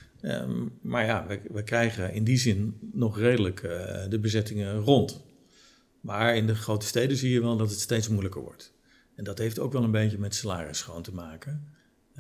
we krijgen in die zin nog redelijk de bezettingen rond. Maar in de grote steden zie je wel dat het steeds moeilijker wordt. En dat heeft ook wel een beetje met salaris gewoon te maken.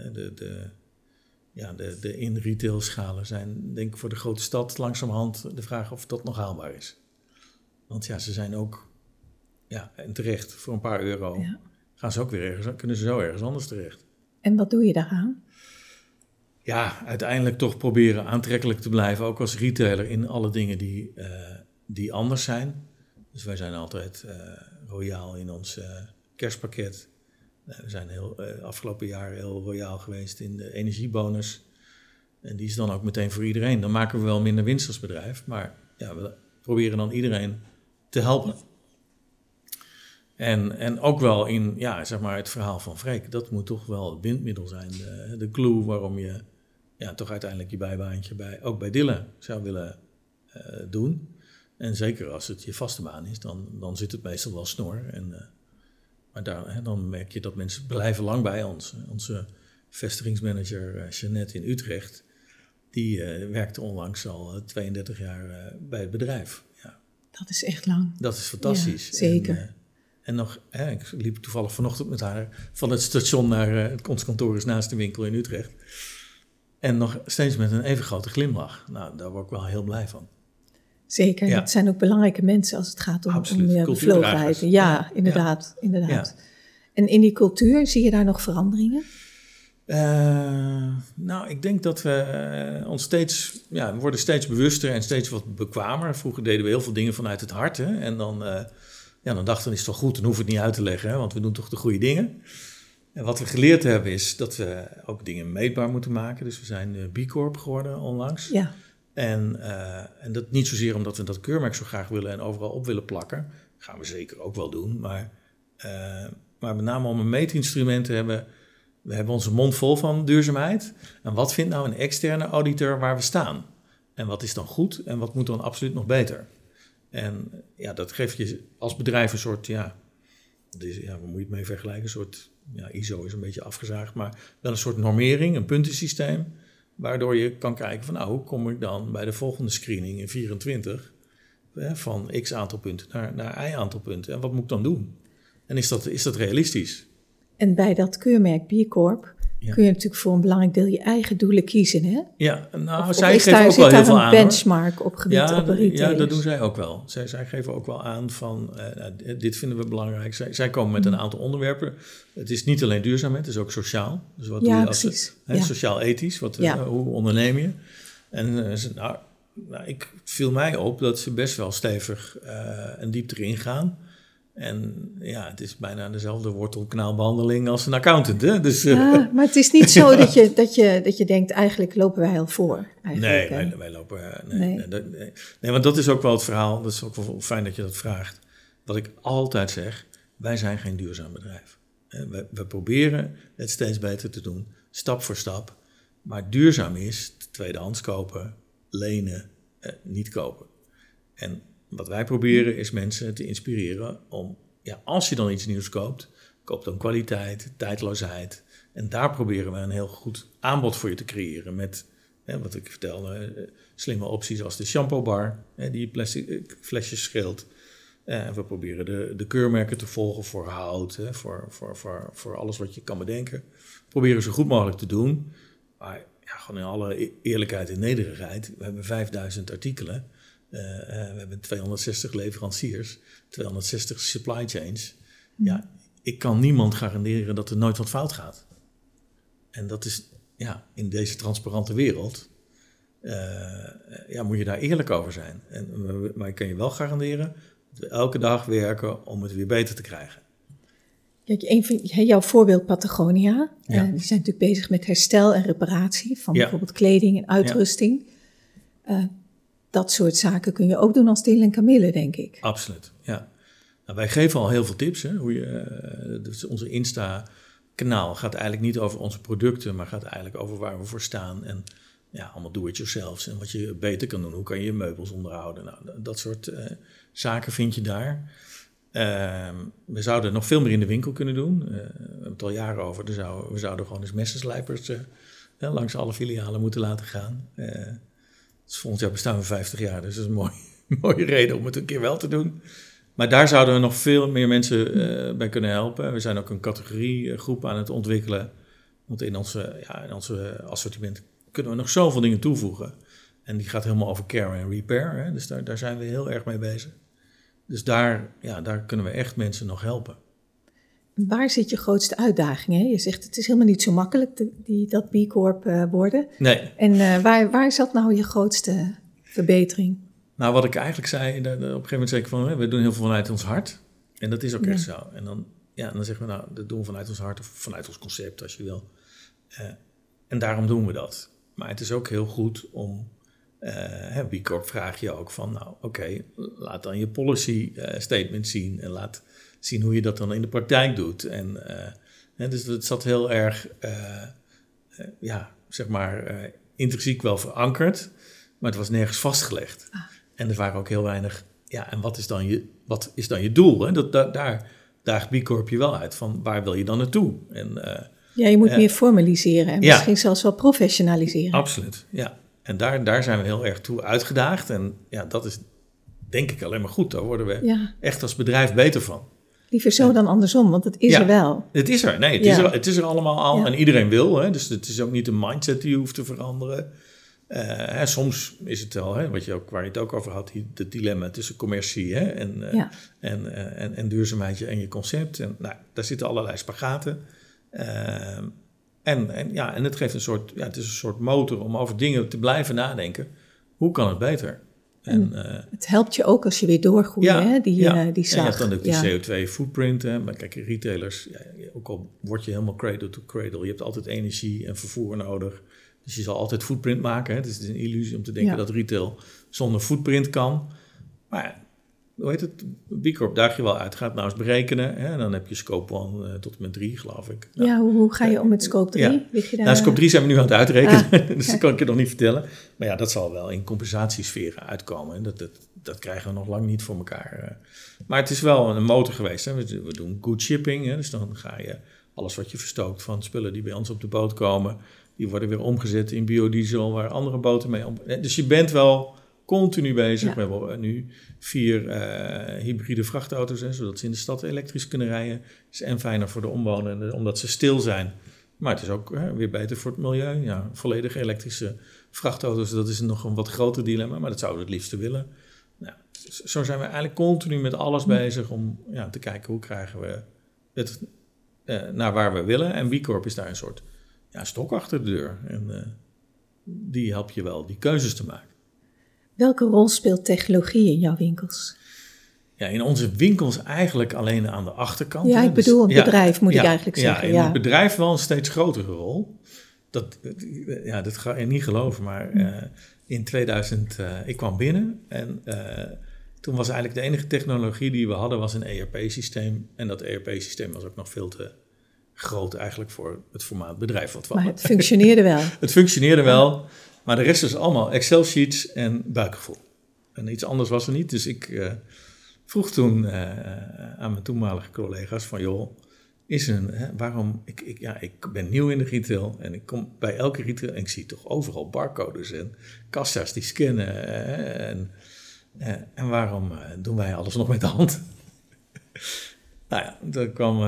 De in-retail schalen zijn, denk ik, voor de grote stad langzamerhand de vraag of dat nog haalbaar is. Want ze zijn ook, en terecht, voor een paar euro gaan ze ook weer kunnen ze zo ergens anders terecht. En wat doe je daaraan? Uiteindelijk toch proberen aantrekkelijk te blijven, ook als retailer in alle dingen die anders zijn. Dus wij zijn altijd royaal in ons kerstpakket. We zijn afgelopen jaar heel royaal geweest in de energiebonus. En die is dan ook meteen voor iedereen. Dan maken we wel minder winst als bedrijf. Maar we proberen dan iedereen te helpen. En ook wel in het verhaal van Freek. Dat moet toch wel het bindmiddel zijn. De clue waarom je toch uiteindelijk je bijbaantje ook bij Dille zou willen doen. En zeker als het je vaste baan is, dan zit het meestal wel snor. Maar dan merk je dat mensen blijven lang bij ons. Onze vestigingsmanager Jeannette in Utrecht, die werkte onlangs al 32 jaar bij het bedrijf. Ja. Dat is echt lang. Dat is fantastisch. Ja, zeker. Ik liep toevallig vanochtend met haar van het station naar ons kantoor is naast de winkel in Utrecht. En nog steeds met een even grote glimlach. Nou, daar word ik wel heel blij van. Zeker, het zijn ook belangrijke mensen als het gaat om bevlogenheid. Ja, inderdaad. Ja. En in die cultuur, zie je daar nog veranderingen? Ik denk dat we we worden steeds bewuster en steeds wat bekwamer. Vroeger deden we heel veel dingen vanuit het hart. Hè? En dan dachten we, is het toch goed, dan hoeven we het niet uit te leggen. Hè? Want we doen toch de goede dingen. En wat we geleerd hebben is dat we ook dingen meetbaar moeten maken. Dus we zijn B Corp geworden onlangs. Ja. En dat niet zozeer omdat we dat keurmerk zo graag willen en overal op willen plakken. Gaan we zeker ook wel doen. Maar met name om een meetinstrument te hebben. We hebben onze mond vol van duurzaamheid. En wat vindt nou een externe auditeur waar we staan? En wat is dan goed en wat moet dan absoluut nog beter? En dat geeft je als bedrijf een soort, waar moet je het mee vergelijken? Een soort, ISO is een beetje afgezaagd, maar wel een soort normering, een puntensysteem. Waardoor je kan kijken van hoe kom ik dan bij de volgende screening in 24 van x aantal punten naar y aantal punten. En wat moet ik dan doen? En is dat realistisch? En bij dat keurmerk B Corp kun je natuurlijk voor een belangrijk deel je eigen doelen kiezen, hè? Ja, zij geven ook wel heel veel aan. Een benchmark op gebied op een retailer? Ja, dat doen zij ook wel. Zij geven ook wel aan van, dit vinden we belangrijk. Zij komen met een aantal onderwerpen. Het is niet alleen duurzaamheid, het is ook sociaal. Dus wat doe je als sociaal-ethisch? Hoe onderneem je? En ik viel mij op dat ze best wel stevig en diep erin gaan. En het is bijna dezelfde wortelkanaalbehandeling als een accountant. Hè? Dus, maar het is niet zo dat je denkt, eigenlijk lopen wij al voor. Nee, wij lopen... Nee, want dat is ook wel het verhaal. Dat is ook wel fijn dat je dat vraagt. Wat ik altijd zeg, wij zijn geen duurzaam bedrijf. We proberen het steeds beter te doen, stap voor stap. Maar duurzaam is tweedehands kopen, lenen, niet kopen. En wat wij proberen is mensen te inspireren om, als je dan iets nieuws koopt, koop dan kwaliteit, tijdloosheid. En daar proberen we een heel goed aanbod voor je te creëren met, wat ik vertelde, slimme opties als de shampoo bar, die plastic flesjes scheelt. We proberen de keurmerken te volgen voor hout, voor alles wat je kan bedenken. Proberen zo goed mogelijk te doen. Maar gewoon in alle eerlijkheid en nederigheid, we hebben 5000 artikelen. We hebben 260 leveranciers, 260 supply chains. Ik kan niemand garanderen dat er nooit wat fout gaat. En dat is, in deze transparante wereld, moet je daar eerlijk over zijn. Maar ik kan je wel garanderen dat we elke dag werken om het weer beter te krijgen. Kijk, jouw voorbeeld Patagonia. Die zijn natuurlijk bezig met herstel en reparatie van bijvoorbeeld kleding en uitrusting. Dat soort zaken kun je ook doen als Dillen en Camille, denk ik. Absoluut, ja. Nou, wij geven al heel veel tips. Hè, dus onze Insta-kanaal gaat eigenlijk niet over onze producten, maar gaat eigenlijk over waar we voor staan. En allemaal do-it-yourselfs en wat je beter kan doen. Hoe kan je je meubels onderhouden? Nou, dat soort zaken vind je daar. We zouden nog veel meer in de winkel kunnen doen. We hebben het al jaren over. We zouden gewoon eens messenslijpers langs alle filialen moeten laten gaan. Dus volgend jaar bestaan we 50 jaar, dus dat is een mooie reden om het een keer wel te doen. Maar daar zouden we nog veel meer mensen bij kunnen helpen. We zijn ook een categoriegroep aan het ontwikkelen. Want in onze assortiment kunnen we nog zoveel dingen toevoegen. En die gaat helemaal over care en repair. Hè? Dus daar zijn we heel erg mee bezig. Dus daar kunnen we echt mensen nog helpen. Waar zit je grootste uitdaging? Hè? Je zegt het is helemaal niet zo makkelijk dat B Corp worden. Nee. En waar zat nou je grootste verbetering? Nou, wat ik eigenlijk zei, op een gegeven moment zei ik van, we doen heel veel vanuit ons hart. En dat is ook echt zo. En dan zeggen we, dat doen we vanuit ons hart of vanuit ons concept, als je wil. En daarom doen we dat. Maar het is ook heel goed om, B Corp vraag je ook van, laat dan je policy statement zien en laat zien hoe je dat dan in de praktijk doet. En dus het zat heel erg, intrinsiek wel verankerd, maar het was nergens vastgelegd. En er waren ook heel weinig, en wat is dan je doel? Hè? Daar daagt B Corp je wel uit, van waar wil je dan naartoe? En, je moet meer formaliseren en misschien zelfs wel professionaliseren. Absoluut, ja. En daar zijn we heel erg toe uitgedaagd. En dat is denk ik alleen maar goed. Daar worden we echt als bedrijf beter van. Liever zo dan andersom, want het is er wel. Het is er. Nee, het is er allemaal al. Ja. En iedereen wil. Hè? Dus het is ook niet een mindset die je hoeft te veranderen. Soms is het wel, waar je het ook over had, het dilemma tussen commercie en duurzaamheid en je concept. En daar zitten allerlei spagaten. En het geeft het is een soort motor om over dingen te blijven nadenken. Hoe kan het beter? Het helpt je ook als je weer doorgroeit, hè? Die slag. En je hebt dan ook die CO2-footprint. Hè? Maar kijk, retailers, ook al word je helemaal cradle to cradle, je hebt altijd energie en vervoer nodig. Dus je zal altijd footprint maken. Hè? Dus het is een illusie om te denken dat retail zonder footprint kan. Maar ja, hoe heet het? B Corp daag je wel uit. Ga het nou eens berekenen. Hè? En dan heb je scope 1 tot en met 3, geloof ik. Nou, ja, hoe ga je om met scope 3? Ja. Lig je daar... Nou, scope 3 zijn we nu aan het uitrekenen. Dus dat kan ik je nog niet vertellen. Maar ja, dat zal wel in compensatiesferen uitkomen. En dat krijgen we nog lang niet voor elkaar. Maar het is wel een motor geweest. Hè? We doen good shipping. Hè? Dus dan ga je alles wat je verstookt van spullen die bij ons op de boot komen, die worden weer omgezet in biodiesel waar andere boten mee om. Dus je bent wel continu bezig. Ja. We hebben nu 4 hybride vrachtauto's, zodat ze in de stad elektrisch kunnen rijden. Dat is en fijner voor de omwonenden, omdat ze stil zijn. Maar het is ook weer beter voor het milieu. Ja, volledig elektrische vrachtauto's, dat is nog een wat groter dilemma, maar dat zouden we het liefste willen. Nou, zo zijn we eigenlijk continu met alles bezig om te kijken hoe krijgen we het naar waar we willen. En B Corp is daar een soort stok achter de deur. En die helpt je wel die keuzes te maken. Welke rol speelt technologie in jouw winkels? Ja, in onze winkels eigenlijk alleen aan de achterkant. Ja, ik bedoel een bedrijf, moet ik eigenlijk zeggen. Ja, in het bedrijf wel een steeds grotere rol. Dat ga je niet geloven, maar in 2000, ik kwam binnen en toen was eigenlijk de enige technologie die we hadden was een ERP-systeem. En dat ERP-systeem was ook nog veel te groot eigenlijk voor het formaat bedrijf wat we hadden. Maar het functioneerde wel. Het functioneerde wel, maar de rest is allemaal Excel-sheets en buikgevoel. En iets anders was er niet, dus ik vroeg toen aan mijn toenmalige collega's van joh, waarom, ik ben nieuw in de retail en ik kom bij elke retail en ik zie toch overal barcodes en kassa's die scannen en waarom doen wij alles nog met de hand? Nou ja, toen kwam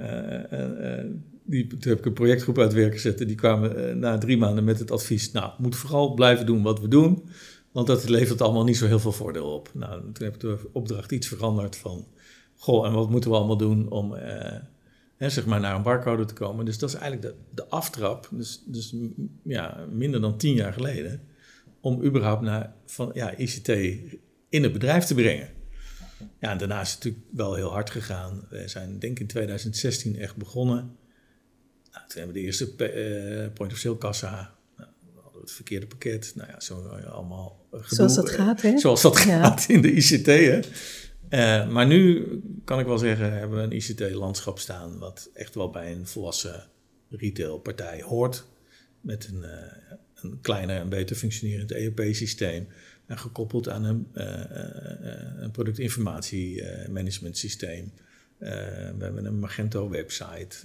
toen heb ik een projectgroep uit werk gezet en die kwamen na 3 maanden met het advies, nou, we moeten vooral blijven doen wat we doen, want dat levert allemaal niet zo heel veel voordeel op. Nou, toen heb ik de opdracht iets veranderd van, en wat moeten we allemaal doen om zeg maar naar een barcode te komen. Dus dat is eigenlijk de aftrap, dus minder dan 10 jaar geleden, om überhaupt naar ICT in het bedrijf te brengen. Ja, en daarna is het natuurlijk wel heel hard gegaan. We zijn denk ik in 2016 echt begonnen. Nou, toen hebben we de eerste point-of-sale kassa. Nou, we hadden het verkeerde pakket. Nou ja, zo allemaal gedoe. Zoals dat gaat, hè? Zoals dat gaat in de ICT, hè? Maar nu kan ik wel zeggen, hebben we een ICT-landschap staan wat echt wel bij een volwassen retailpartij hoort. Met een kleiner en beter functionerend ERP-systeem. En gekoppeld aan een productinformatiemanagement systeem. We hebben een Magento website.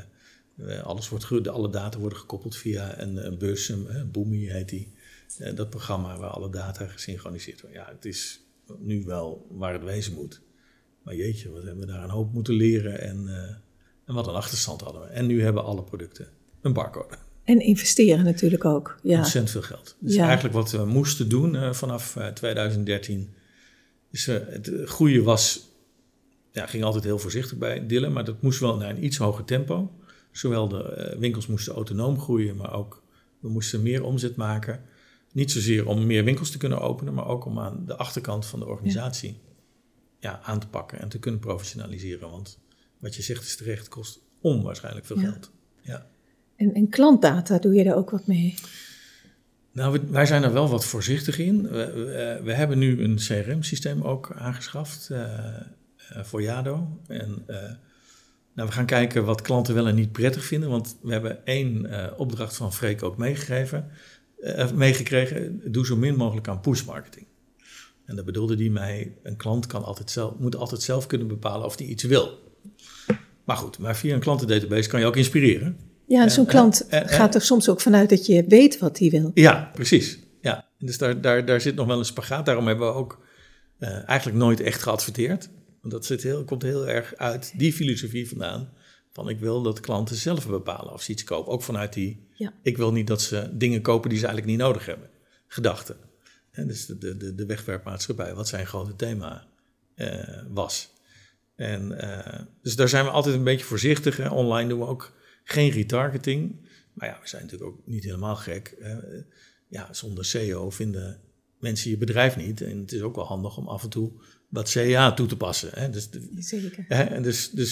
Alle data worden gekoppeld via een bus, Boomi heet die. Dat programma waar alle data gesynchroniseerd worden. Ja, het is nu wel waar het wezen moet. Maar jeetje, wat hebben we daar een hoop moeten leren en wat een achterstand hadden we. En nu hebben alle producten een barcode. En investeren natuurlijk ook. Ja. Ontzettend veel geld. Dus eigenlijk wat we moesten doen vanaf 2013. Dus het groeien ging altijd heel voorzichtig bij Dille, maar dat moest wel naar een iets hoger tempo. Zowel de winkels moesten autonoom groeien, maar ook we moesten meer omzet maken. Niet zozeer om meer winkels te kunnen openen, maar ook om aan de achterkant van de organisatie aan te pakken en te kunnen professionaliseren. Want wat je zegt is terecht, kost onwaarschijnlijk veel geld. Ja. En klantdata, doe je daar ook wat mee? Nou, wij zijn er wel wat voorzichtig in. We hebben nu een CRM-systeem ook aangeschaft voor Jado. En we gaan kijken wat klanten wel en niet prettig vinden. Want we hebben 1 opdracht van Freek ook meegekregen. Doe zo min mogelijk aan push-marketing. En dat bedoelde hij mij, een klant moet altijd zelf kunnen bepalen of hij iets wil. Maar goed, via een klantendatabase kan je ook inspireren. Ja, en zo'n klant gaat er soms ook vanuit dat je weet wat hij wil. Ja, precies. Ja. Dus daar zit nog wel een spagaat. Daarom hebben we ook eigenlijk nooit echt geadverteerd. Want dat komt heel erg uit die filosofie vandaan. Van ik wil dat klanten zelf bepalen of ze iets kopen. Ook vanuit ik wil niet dat ze dingen kopen die ze eigenlijk niet nodig hebben. Gedachten. En dus de wegwerpmaatschappij, wat zijn grote thema was. En dus daar zijn we altijd een beetje voorzichtig. Hè. Online doen we ook geen retargeting. Maar we zijn natuurlijk ook niet helemaal gek. Zonder SEO vinden mensen je bedrijf niet. En het is ook wel handig om af en toe wat CA toe te passen. Hè. Zeker. En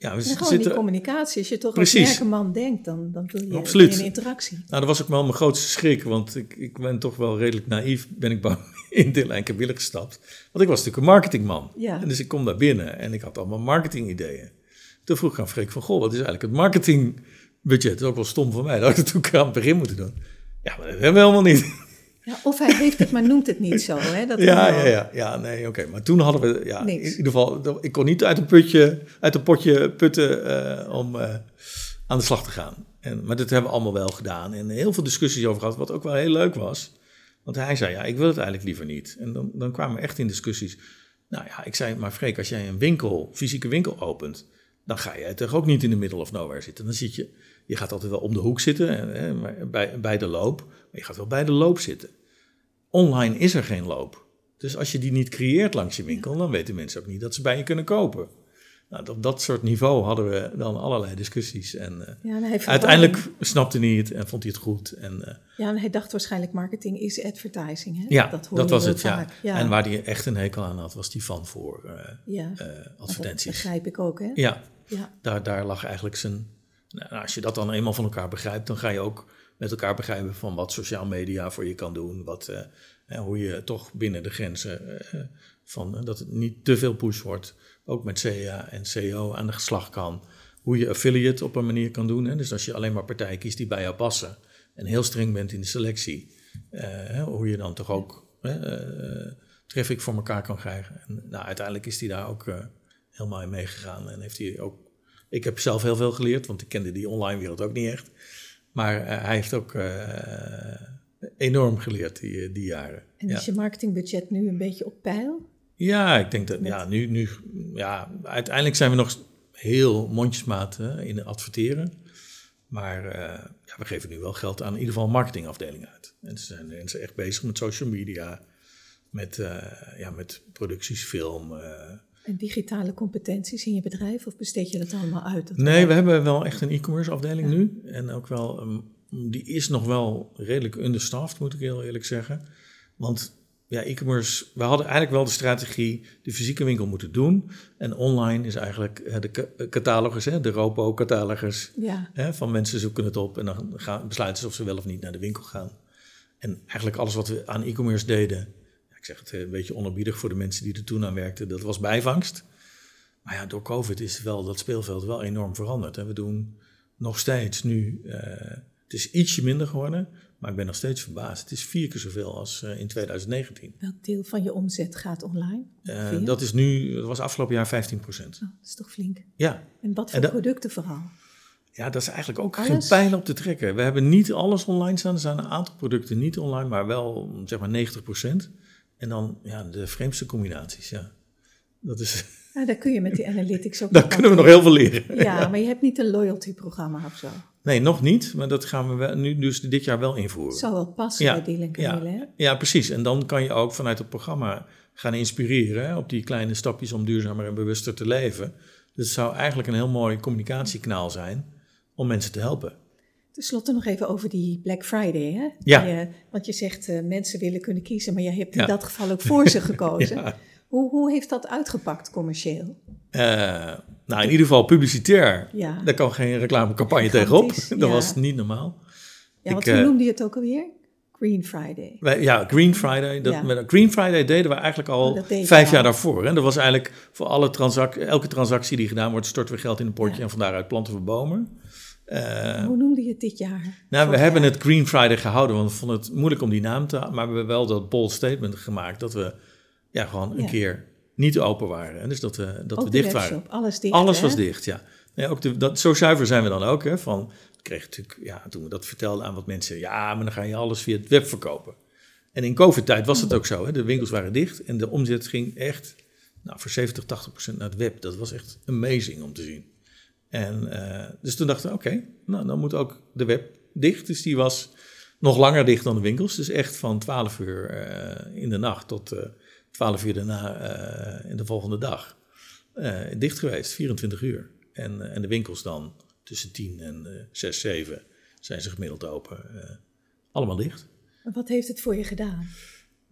Ja, En gewoon die communicatie. Als je toch als merkenman denkt, dan wil je Absoluut. een interactie. Nou, dat was ook wel mijn grootste schrik, want ik ben toch wel redelijk naïef, ben ik in Dille en Camille gestapt. Want ik was natuurlijk een marketingman. Ja. En dus ik kom daar binnen en ik had allemaal marketingideeën. Toen vroeg ik aan Freek van, goh, wat is eigenlijk het marketingbudget? Dat is ook wel stom van mij, dat had ik natuurlijk aan het begin moeten doen. Ja, maar dat hebben we helemaal niet. Ja, of hij heeft het, maar noemt het niet zo. Hè? Dat Ja, nee, oké. Maar toen hadden we, in ieder geval, ik kon niet uit een potje putten om aan de slag te gaan. Maar dat hebben we allemaal wel gedaan. En heel veel discussies over gehad, wat ook wel heel leuk was. Want hij zei, ik wil het eigenlijk liever niet. En dan kwamen we echt in discussies. Nou ja, ik zei, maar Freek, als jij een fysieke winkel opent, dan ga jij toch ook niet in de middle of nowhere zitten. Dan zit je gaat altijd wel om de hoek zitten, bij de loop. Maar je gaat wel bij de loop zitten. Online is er geen loop. Dus als je die niet creëert langs je winkel, dan weten mensen ook niet dat ze bij je kunnen kopen. Nou, op dat soort niveau hadden we dan allerlei discussies. En uiteindelijk snapte hij het en vond hij het goed. En hij dacht waarschijnlijk marketing is advertising. Hè? Ja, dat was het. Vaak. Ja. En waar hij echt een hekel aan had, was die van voor advertenties. Dat begrijp ik ook, hè? Ja. Daar lag eigenlijk zijn... Nou, als je dat dan eenmaal van elkaar begrijpt, dan ga je ook met elkaar begrijpen van wat sociaal media voor je kan doen. Hoe je toch binnen de grenzen van dat het niet te veel push wordt, ook met CA en CO aan de slag kan. Hoe je affiliate op een manier kan doen. Hè? Dus als je alleen maar partijen kiest die bij jou passen en heel streng bent in de selectie, hoe je dan toch ook traffic voor elkaar kan krijgen. En uiteindelijk is hij daar ook helemaal in meegegaan en heeft hij ook... Ik heb zelf heel veel geleerd, want ik kende die online wereld ook niet echt. Maar hij heeft ook enorm geleerd die jaren. En is je marketingbudget nu een beetje op peil? Ja, ik denk dat nu uiteindelijk zijn we nog heel mondjesmaat in het adverteren. Maar we geven nu wel geld aan in ieder geval een marketingafdeling uit. En ze zijn mensen echt bezig met social media, met producties, film... En digitale competenties in je bedrijf, of besteed je dat allemaal uit? Nee, we hebben wel echt een e-commerce afdeling nu. En ook wel, die is nog wel redelijk understaffed, moet ik heel eerlijk zeggen. Want e-commerce, we hadden eigenlijk wel de strategie de fysieke winkel moeten doen. En online is eigenlijk de catalogus, de Ropo-catalogus. Ja. Van mensen zoeken het op en dan besluiten ze of ze wel of niet naar de winkel gaan. En eigenlijk alles wat we aan e-commerce deden... Ik zeg het een beetje onerbiedig voor de mensen die er toen aan werkten. Dat was bijvangst. Maar door COVID is dat speelveld wel enorm veranderd. We doen nog steeds nu... het is ietsje minder geworden, maar ik ben nog steeds verbaasd. Het is 4 keer zoveel als in 2019. Welk deel van je omzet gaat online? Dat was afgelopen jaar 15%. Dat is toch flink? Ja. En wat voor producten vooral? Ja, dat is eigenlijk ook geen pijl op te trekken. We hebben niet alles online staan. Er zijn een aantal producten niet online, maar wel zeg maar 90%. En dan de vreemdste combinaties, Dat is... daar kun je met die analytics ook... Daar kunnen we nog heel veel leren. Ja, maar je hebt niet een loyalty-programma of zo. Nee, nog niet, maar dat gaan we nu dus dit jaar wel invoeren. Het zou wel passen bij Dille en Camille, hè? Ja, precies. En dan kan je ook vanuit het programma gaan inspireren op die kleine stapjes om duurzamer en bewuster te leven. Dus het zou eigenlijk een heel mooi communicatiekanaal zijn om mensen te helpen. Ten slotte nog even over die Black Friday, hè? Ja. Want je zegt mensen willen kunnen kiezen, maar jij hebt in dat geval ook voor ze gekozen. Ja. Hoe heeft dat uitgepakt commercieel? In ieder geval publicitair. Ja. Daar kan geen reclamecampagne tegenop. Dat was niet normaal. Ja, want hoe noemde je het ook alweer? Green Friday. Green Friday. Green Friday deden we eigenlijk al 5 jaar daarvoor. Hè? Dat was eigenlijk voor elke transactie die gedaan wordt, storten we geld in een potje en van daaruit planten we bomen. Hoe noemde je het dit jaar? We hebben het Green Friday gehouden, want we vonden het moeilijk om die naam te houden. Maar we hebben wel dat bold statement gemaakt dat we gewoon een keer niet open waren. En dus dat we dicht waren. Alles dicht. Alles was dicht, ja. Zo zuiver zijn we dan ook. Hè, we kregen natuurlijk, toen we dat vertelden aan wat mensen, maar dan ga je alles via het web verkopen. En in COVID-tijd was het ook zo. Hè, de winkels waren dicht en de omzet ging echt voor 70-80% naar het web. Dat was echt amazing om te zien. En dus toen dachten we, dan moet ook de web dicht. Dus die was nog langer dicht dan de winkels. Dus echt van 12 uur in de nacht tot 12 uur daarna in de volgende dag. Dicht geweest, 24 uur. En de winkels dan tussen 10 en 6, 7 zijn ze gemiddeld open. Allemaal dicht. Maar wat heeft het voor je gedaan?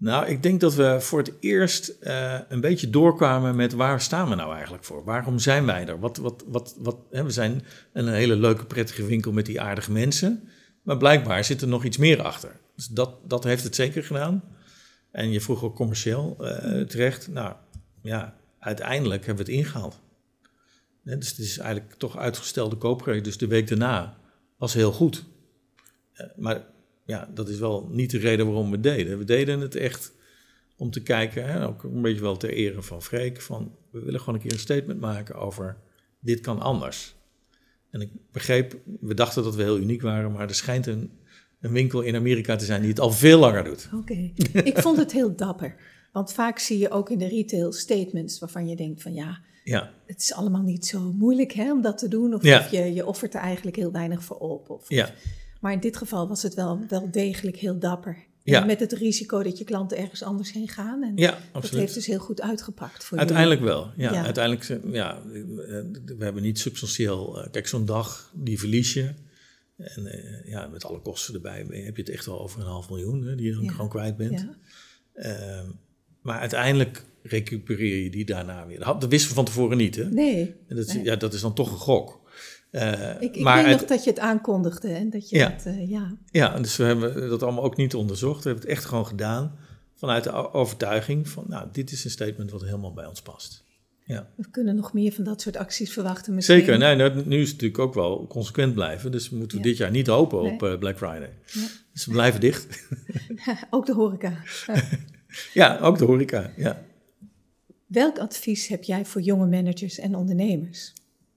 Nou, ik denk dat we voor het eerst een beetje doorkwamen met waar staan we nou eigenlijk voor? Waarom zijn wij er? We zijn een hele leuke, prettige winkel met die aardige mensen. Maar blijkbaar zit er nog iets meer achter. Dus dat heeft het zeker gedaan. En je vroeg ook commercieel terecht. Nou ja, uiteindelijk hebben we het ingehaald. Dus het is eigenlijk toch uitgestelde koopgerecht. Dus de week daarna was heel goed. Maar ja, dat is wel niet de reden waarom we het deden. We deden het echt om te kijken, ook een beetje wel ter ere van Freek, van we willen gewoon een keer een statement maken over dit kan anders. En ik begreep, we dachten dat we heel uniek waren, maar er schijnt een winkel in Amerika te zijn die het al veel langer doet. Oké. Ik vond het heel dapper. Want vaak zie je ook in de retail statements waarvan je denkt van ja, het is allemaal niet zo moeilijk om dat te doen. Of je offert er eigenlijk heel weinig voor op. Maar in dit geval was het wel degelijk heel dapper. En met het risico dat je klanten ergens anders heen gaan. En dat heeft dus heel goed uitgepakt voor uiteindelijk jullie. Wel. Ja. Uiteindelijk, we hebben niet substantieel. Kijk, zo'n dag, die verlies je. En met alle kosten erbij heb je het echt wel over 500.000 die je dan gewoon kwijt bent. Ja. Maar uiteindelijk recupereer je die daarna weer. Dat wisten we van tevoren niet, hè? Nee. En dat is dan toch een gok. Ik denk nog dat je het aankondigde en dat je Ja, dus we hebben dat allemaal ook niet onderzocht. We hebben het echt gewoon gedaan vanuit de overtuiging van, nou, dit is een statement wat helemaal bij ons past. Ja. We kunnen nog meer van dat soort acties verwachten misschien. Zeker, nu is het natuurlijk ook wel consequent blijven. Dus moeten we dit jaar niet hopen op Black Friday. Ja. Dus we blijven dicht. Ook de horeca. Ja, ook de horeca, ja. Welk advies heb jij voor jonge managers en ondernemers?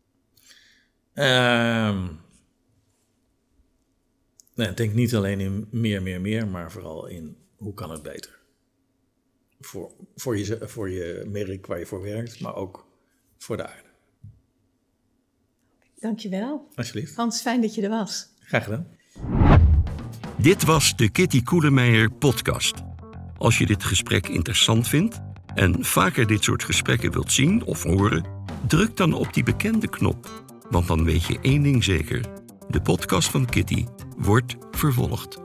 Ik denk niet alleen in meer, maar vooral in hoe kan het beter. Voor je merk waar je voor werkt, maar ook voor de aarde. Dankjewel. Alsjeblieft. Hans, fijn dat je er was. Graag gedaan. Dit was de Kitty Koelemeijer podcast. Als je dit gesprek interessant vindt en vaker dit soort gesprekken wilt zien of horen, druk dan op die bekende knop. Want dan weet je één ding zeker. De podcast van Kitty wordt vervolgd.